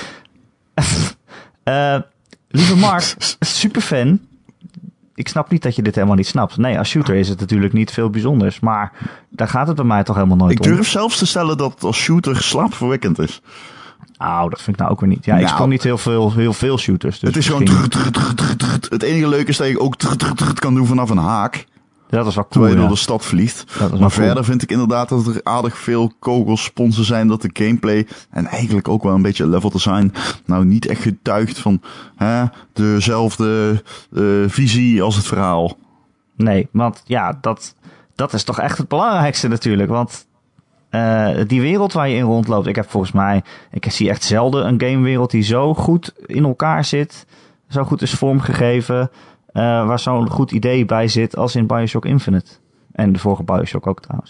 Lieve Mark, superfan. Ik snap niet dat je dit helemaal niet snapt. Nee, als shooter is het natuurlijk niet veel bijzonders. Maar daar gaat het bij mij toch helemaal nooit om. Ik durf zelfs te stellen dat het als shooter slaapverwekkend is. Nou, dat vind ik nou ook weer niet. Ja, ik speel niet heel veel shooters. Dus het is gewoon... Het enige leuke is dat je ook kan doen vanaf een haak. Dat is wel cool, terwijl je door de stad vliegt. Maar verder cool. vind ik inderdaad dat er aardig veel kogelsponsen zijn. Dat de gameplay en eigenlijk ook wel een beetje level design nou niet echt getuigt van dezelfde visie als het verhaal. Nee, want ja, dat is toch echt het belangrijkste natuurlijk. Want die wereld waar je in rondloopt. Ik zie echt zelden een gamewereld die zo goed in elkaar zit. Zo goed is vormgegeven. Waar zo'n goed idee bij zit als in BioShock Infinite. En de vorige BioShock ook trouwens.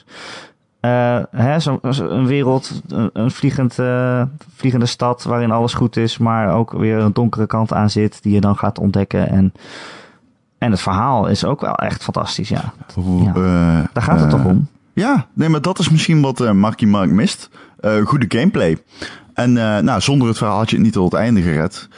Een wereld, een vliegende stad waarin alles goed is, maar ook weer een donkere kant aan zit die je dan gaat ontdekken. En het verhaal is ook wel echt fantastisch, ja. Daar gaat het toch om? Ja, nee, maar dat is misschien wat Marky Mark mist. Goede gameplay. En zonder het verhaal had je het niet tot het einde gered.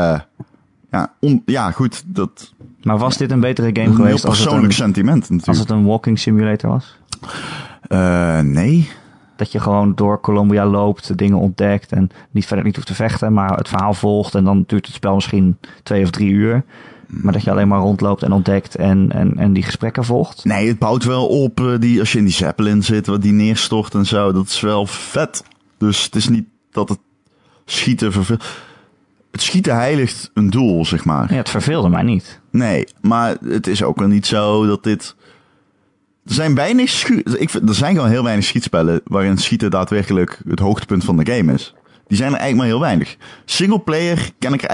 Goed, dat... Maar was dit een betere game geweest als persoonlijk sentiment natuurlijk. Als het een walking simulator was? Nee. Dat je gewoon door Colombia loopt, dingen ontdekt en verder niet hoeft te vechten, maar het verhaal volgt en dan duurt het spel misschien 2 of 3 uur. Maar dat je alleen maar rondloopt en ontdekt en die gesprekken volgt. Nee, het bouwt wel op als je in die Zeppelin zit, wat die neerstort en zo. Dat is wel vet. Dus het is niet dat het schieten verveelt. Het schieten heiligt een doel, zeg maar. Ja, het verveelde mij niet. Nee, maar het is ook wel niet zo dat dit... Er zijn gewoon heel weinig schietspellen waarin schieten daadwerkelijk het hoogtepunt van de game is. Die zijn er eigenlijk maar heel weinig. Singleplayer ken ik er eigenlijk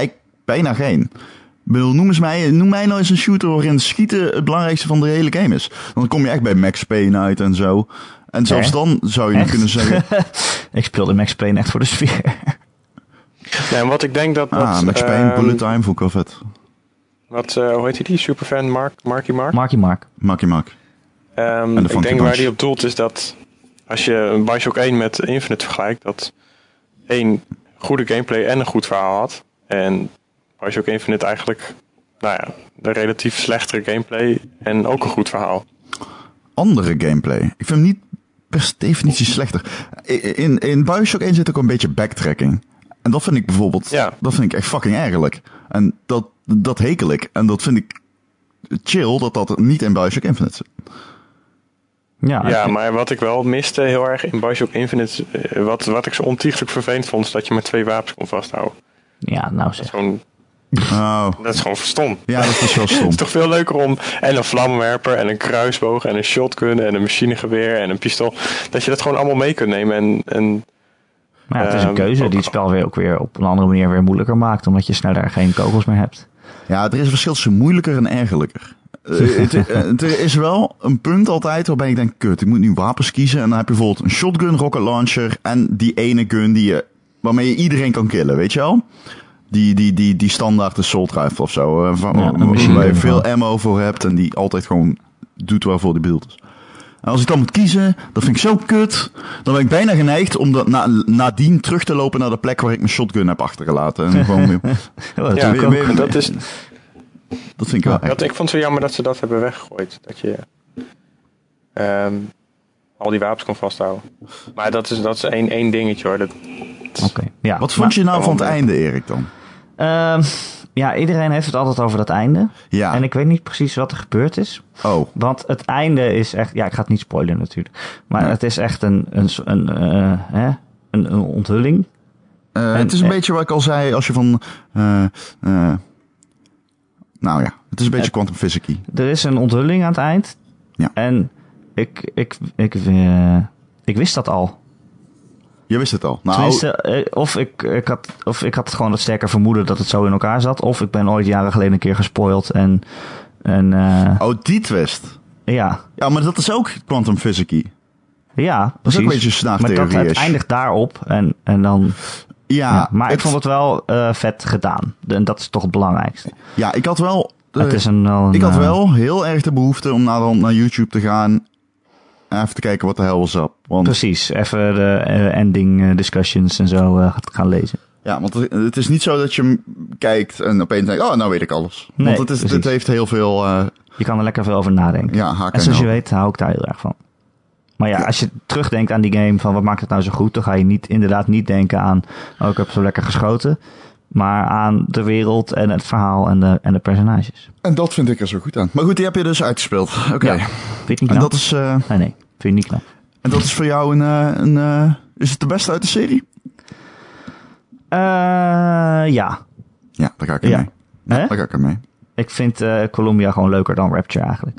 bijna geen. Ik bedoel, noem mij nou eens een shooter waarin schieten het belangrijkste van de hele game is. Dan kom je echt bij Max Payne uit en zo. En zelfs dan zou je nog kunnen zeggen... Ik speelde Max Payne echt voor de sfeer. Ja, en wat ik denk dat... Max Payne, Bullet Time, vond ik wel vet. Hoe heet die? Superfan Marky Mark? Marky Mark. Ik denk waar die op doelt is dat... Als je Bioshock 1 met Infinite vergelijkt... dat 1 goede gameplay en een goed verhaal had. En Bioshock Infinite eigenlijk... de relatief slechtere gameplay en ook een goed verhaal. Andere gameplay. Ik vind hem niet per definitie slechter. In Bioshock 1 zit ook een beetje backtracking. En dat vind ik bijvoorbeeld... Ja. Dat vind ik echt fucking ergerlijk. En dat hekel ik. En dat vind ik chill dat niet in Bioshock Infinite zit. Ja, maar wat ik wel miste heel erg in Bioshock Infinite... Wat ik zo ontiegelijk vervelend vond... is dat je maar 2 wapens kon vasthouden. Ja, nou zeg. Dat is gewoon stom. Ja, dat is wel stom. Het is toch veel leuker om en een vlammenwerper en een kruisboog en een shotgun en een machinegeweer en een pistool. Dat je dat gewoon allemaal mee kunt nemen. Maar het is een keuze die het spel weer ook weer op een andere manier weer moeilijker maakt. Omdat je sneller geen kogels meer hebt. Ja, er is een verschil tussen moeilijker en ergerlijker. Er is wel een punt altijd waarbij ik denk, kut, ik moet nu wapens kiezen. En dan heb je bijvoorbeeld een shotgun, rocket launcher en die ene gun waarmee je iedereen kan killen, weet je wel? Die standaard assault rifle of zo. Waar je veel ammo voor hebt en die altijd gewoon doet waarvoor die bedoeld is. En als ik dan moet kiezen, dat vind ik zo kut. Dan ben ik bijna geneigd om nadien terug te lopen naar de plek waar ik mijn shotgun heb achtergelaten. En gewoon dat vind ik wel echt. Ik vond het zo jammer dat ze dat hebben weggegooid. Dat je al die wapens kon vasthouden. Maar dat is één dingetje hoor. Ja. Wat vond je nou van het einde, Erik, dan? Iedereen heeft het altijd over dat einde. Ja. En ik weet niet precies wat er gebeurd is. Oh. Want het einde is echt... Ja, ik ga het niet spoilen natuurlijk. Maar het is echt een onthulling. Het is een beetje wat ik al zei als je van... het is een beetje quantum physics. Er is een onthulling aan het eind. Ja. En ik wist dat al. Je wist het al. Of ik had gewoon het sterker vermoeden dat het zo in elkaar zat. Of ik ben ooit jaren geleden een keer gespoild. Die twist. Ja. Ja, maar dat is ook quantum physics. Ja, precies. Dat is ook een beetje snaagtheorie. Maar het eindigt daarop. En dan... Ja, maar ik vond het wel vet gedaan. En dat is toch het belangrijkste. Ja, ik had wel... Ik had wel heel erg de behoefte om naar YouTube te gaan... Even te kijken wat de hel was up. Precies, even de ending discussions en zo gaan lezen. Ja, want het is niet zo dat je kijkt en opeens denkt... nou weet ik alles. Nee, want het heeft heel veel... je kan er lekker veel over nadenken. Ja, en zoals je weet hou ik daar heel erg van. Maar ja, als je terugdenkt aan die game van wat maakt het nou zo goed... dan ga je inderdaad niet denken aan... ik heb zo lekker geschoten. Maar aan de wereld en het verhaal en de personages. En dat vind ik er zo goed aan. Maar goed, die heb je dus uitgespeeld. Oké. Ja, vind je niet knap? En dat is... Nee, vind je niet knap. En dat is voor jou is het de beste uit de serie? Ja. Ja, daar ga ik mee. Daar ga ik er mee. Ik vind Columbia gewoon leuker dan Rapture eigenlijk.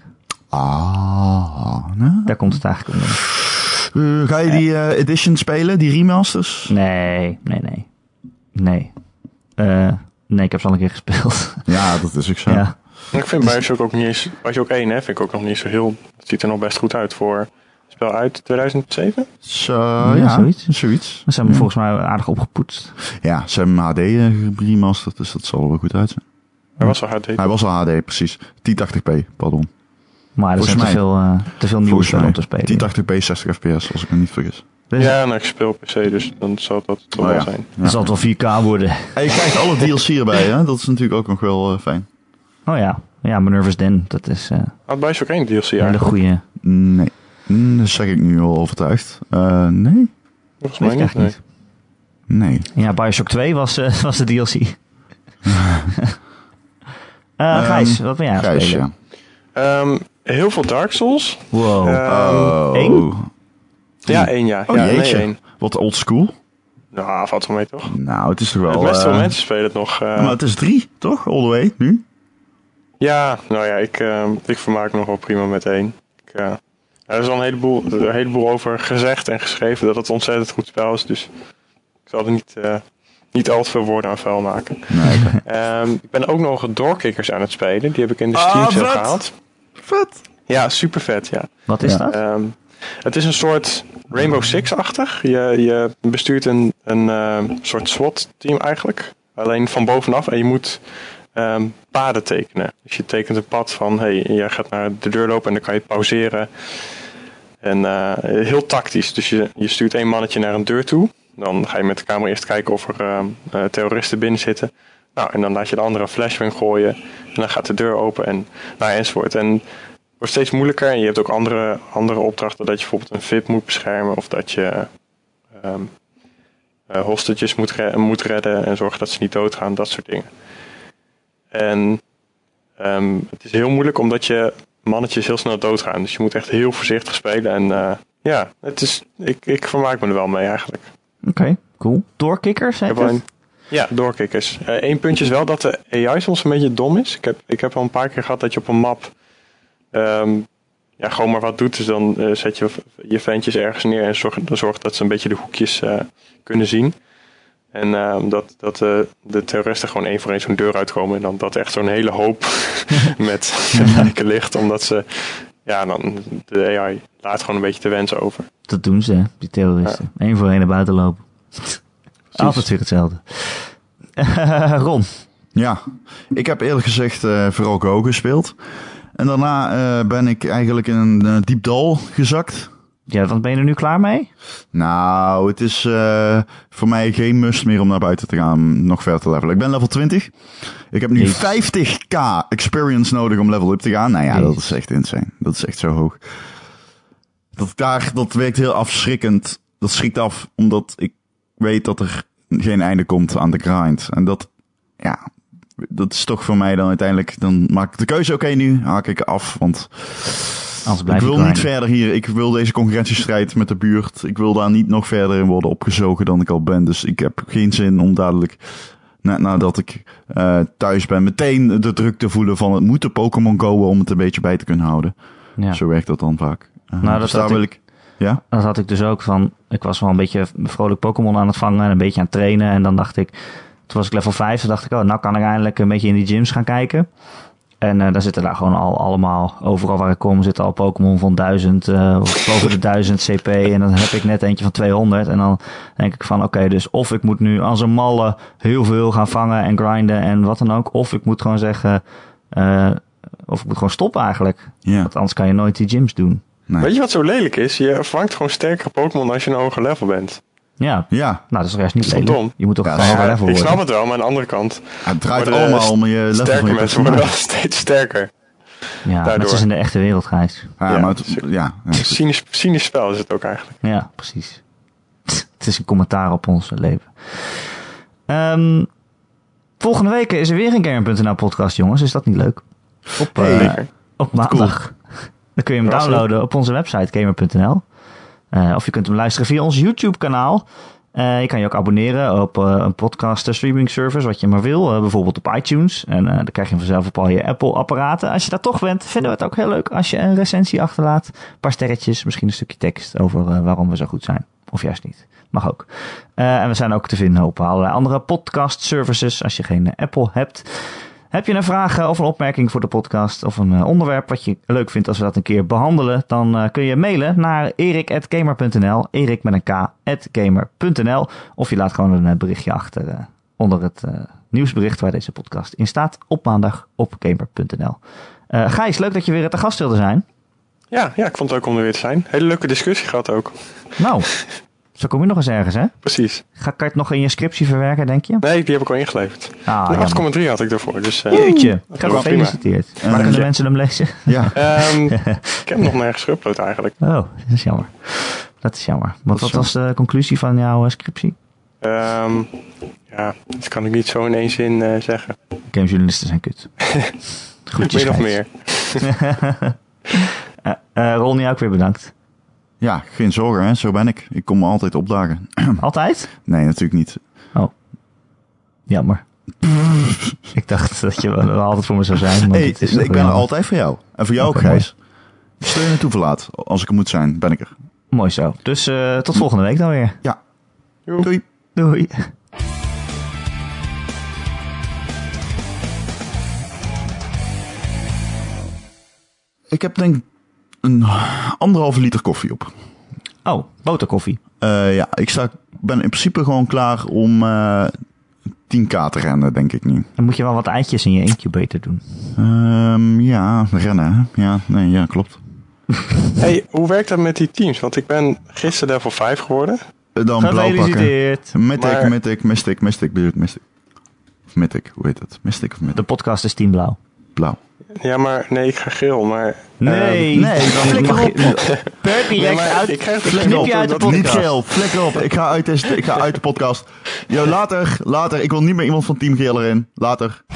Daar komt het eigenlijk om. Ga je die edition spelen, die remasters? Nee. Nee, ik heb ze al een keer gespeeld. Ja, dat is ook zo. Ja. Ik vind Bioshock ook niet eens... Bioshock 1 vind ik ook nog niet zo heel... Het ziet er nog best goed uit voor... Spel uit 2007? Zoiets. Ze hebben volgens mij aardig opgepoetst. Ja, ze hebben HD remasterd, dus dat zal er wel goed uit zijn. Hij was al HD. Precies. 1080p, pardon. Maar er zijn te veel nieuwe spellen om te spelen. 1080p, 60 fps, als ik me niet vergis. Ik speel PC, dus dan zal dat toch wel zijn. Dan zal het wel 4K worden. En je krijgt alle DLC erbij, hè? Dat is natuurlijk ook nog wel fijn. Oh ja. Ja, Minerva's Den, dat is... Had Bioshock 1 DLC eigenlijk? Een hele goede... Nee. Dat zeg ik nu al overtuigd. Nee? Volgens mij niet. Nee. Ja, Bioshock 2 was de DLC. Gijs, wat ben jij aan het spelen? Ja. Heel veel Dark Souls. Wow. 1? Ja, 1 ja. Oh, jeetje. 1. Wat old school. Nou, valt wel mee toch? Nou, het is toch wel... Het meeste mensen spelen het nog. Maar het is 3, toch? All the way, nu? Ja, nou ja, ik vermaak me nog wel prima met 1. Er is al een heleboel over gezegd en geschreven dat het een ontzettend goed spel is. Dus ik zal er niet al te veel woorden aan vuil maken. Nee, Ik ben ook nog Doorkickers aan het spelen. Die heb ik in de Steam sale gehaald. Vet! Ja, super vet, ja. Wat is dat? Het is een soort Rainbow Six-achtig. Je bestuurt een soort SWAT-team eigenlijk. Alleen van bovenaf. En je moet paden tekenen. Dus je tekent een pad van... jij gaat naar de deur lopen en dan kan je pauzeren. En heel tactisch. Dus je stuurt 1 mannetje naar een deur toe. Dan ga je met de camera eerst kijken of er terroristen binnen zitten. Nou, en dan laat je de andere een flashbang gooien. En dan gaat de deur open en enzovoort. En het wordt steeds moeilijker. En je hebt ook andere opdrachten. Dat je bijvoorbeeld een VIP moet beschermen. Of dat je hostages moet redden. En zorgen dat ze niet doodgaan. Dat soort dingen. En het is heel moeilijk omdat je mannetjes heel snel doodgaan. Dus je moet echt heel voorzichtig spelen. En ik vermaak me er wel mee eigenlijk. Oké, cool. Doorkickers, heet het? Ja, Doorkickers. 1 puntje is wel dat de AI soms een beetje dom is. Ik heb al een paar keer gehad dat je op een map gewoon maar wat doet. Dus dan zet je ventjes ergens neer en zorgt dat ze een beetje de hoekjes kunnen zien. En dat de terroristen gewoon 1 voor 1 zo'n deur uitkomen. En dan dat echt zo'n hele hoop met lijken ligt. Omdat ze... Ja, dan de AI laat gewoon een beetje te wensen over. Dat doen ze, die terroristen. 1 voor 1 naar buiten lopen. Altijd weer hetzelfde. Ron. Ja, ik heb eerlijk gezegd vooral Go gespeeld. En daarna ben ik eigenlijk in een diep dal gezakt. Ja, want ben je er nu klaar mee? Nou, het is voor mij geen must meer om naar buiten te gaan, nog verder te levelen. Ik ben level 20. Ik heb nu 50k experience nodig om level up te gaan. Nou ja, dat is echt insane. Dat is echt zo hoog. Dat werkt heel afschrikkend. Dat schrikt af, omdat ik weet dat er geen einde komt aan de grind. En dat is toch voor mij dan uiteindelijk... Dan maak ik de keuze, oké, nu haak ik af, want... Ik wil niet verder hier. Ik wil deze concurrentiestrijd met de buurt. Ik wil daar niet nog verder in worden opgezogen dan ik al ben. Dus ik heb geen zin om dadelijk, nadat ik thuis ben, meteen de druk te voelen van het moeten Pokémon Go om het een beetje bij te kunnen houden. Ja. Zo werkt dat dan vaak. Dus daar wil ik... Ja? Dat had ik dus ook van... Ik was wel een beetje vrolijk Pokémon aan het vangen en een beetje aan het trainen. En dan dacht ik... Toen was ik level 5. Toen dacht ik, nou kan ik eindelijk een beetje in die gyms gaan kijken. En daar zitten daar gewoon allemaal, overal waar ik kom, zitten al Pokémon van 1000, of boven de 1000 CP. En dan heb ik net eentje van 200. En dan denk ik van, oké, dus of ik moet nu als een malle heel veel gaan vangen en grinden en wat dan ook. Of ik moet gewoon zeggen, of ik moet gewoon stoppen eigenlijk. Ja. Want anders kan je nooit die gyms doen. Nee. Weet je wat zo lelijk is? Je vangt gewoon sterkere Pokémon als je een hoger level bent. Ja. Nou, dat is juist niet lelijk. Dom. Je moet toch hoger level worden. Ik snap het wel, maar aan de andere kant... Het draait allemaal om je level sterke van je mensen worden wel steeds sterker. Ja, dat is in de echte wereld, Gijs. Maar cynisch spel is het ook eigenlijk. Ja, precies. Het is een commentaar op ons leven. Volgende week is er weer een Gamer.nl podcast, jongens. Is dat niet leuk? Op maandag. Cool. Dan kun je hem downloaden op onze website Gamer.nl. Of je kunt hem luisteren via ons YouTube-kanaal. Je kan je ook abonneren op een podcast streaming service, wat je maar wil. Bijvoorbeeld op iTunes. En dan krijg je hem vanzelf op al je Apple-apparaten. Als je daar toch bent, vinden we het ook heel leuk als je een recensie achterlaat. Een paar sterretjes, misschien een stukje tekst over waarom we zo goed zijn. Of juist niet. Mag ook. En we zijn ook te vinden op allerlei andere podcast services als je geen Apple hebt. Heb je een vraag of een opmerking voor de podcast of een onderwerp wat je leuk vindt als we dat een keer behandelen, dan kun je mailen naar erik@gamer.nl, erik met een k@gamer.nl, of je laat gewoon een berichtje achter onder het nieuwsbericht waar deze podcast in staat op maandag op gamer.nl. Gijs, leuk dat je weer te gast wilde zijn. Ja, ik vond het ook om er weer te zijn. Hele leuke discussie gehad ook. Nou, zo kom je nog eens ergens, hè? Precies. Kan je het nog in je scriptie verwerken, denk je? Nee, die heb ik al ingeleverd. 8,3 had ik ervoor. Dus, jeetje, gefeliciteerd. Maar kunnen mensen hem lezen? Ja. Ik heb hem nog nergens geüpload eigenlijk. Oh, dat is jammer. Wat was de conclusie van jouw scriptie? Dat kan ik niet zo in één zin zeggen. Gamejournalisten zijn kut. Goedjes, nog meer. Ron, jou ook weer bedankt. Ja, geen zorgen, hè. Zo ben ik. Ik kom me altijd opdagen. Altijd? Nee, natuurlijk niet. Oh. Jammer. Ik dacht dat je wel altijd voor me zou zijn. Maar ik ben er altijd voor jou. En voor jou ook, Gijs. Steun en toeverlaat. Als ik er moet zijn, ben ik er. Mooi zo. Dus tot volgende week dan weer. Ja. Doei. Doei. Ik heb denk een 1,5 liter koffie op. Oh, boterkoffie. Ja, ben in principe gewoon klaar om 10k te rennen, denk ik nu. Dan moet je wel wat eitjes in je incubator doen. Ja, rennen. Ja, klopt. Hey, hoe werkt dat met die teams? Want ik ben gisteren level 5 geworden. Dan blauw pakken. Mythic, Of Mythic, hoe heet het? Mythic of Mythic? De podcast is Team Blauw. Blauw. Ja, maar nee, ik ga geel, maar... Nee, dan flikker op. Nee, maar ik krijg knip je uit de podcast. Niet geel, flikker op. Ik ga uit de podcast. Yo, later. Ik wil niet meer iemand van Team Geel erin. Later.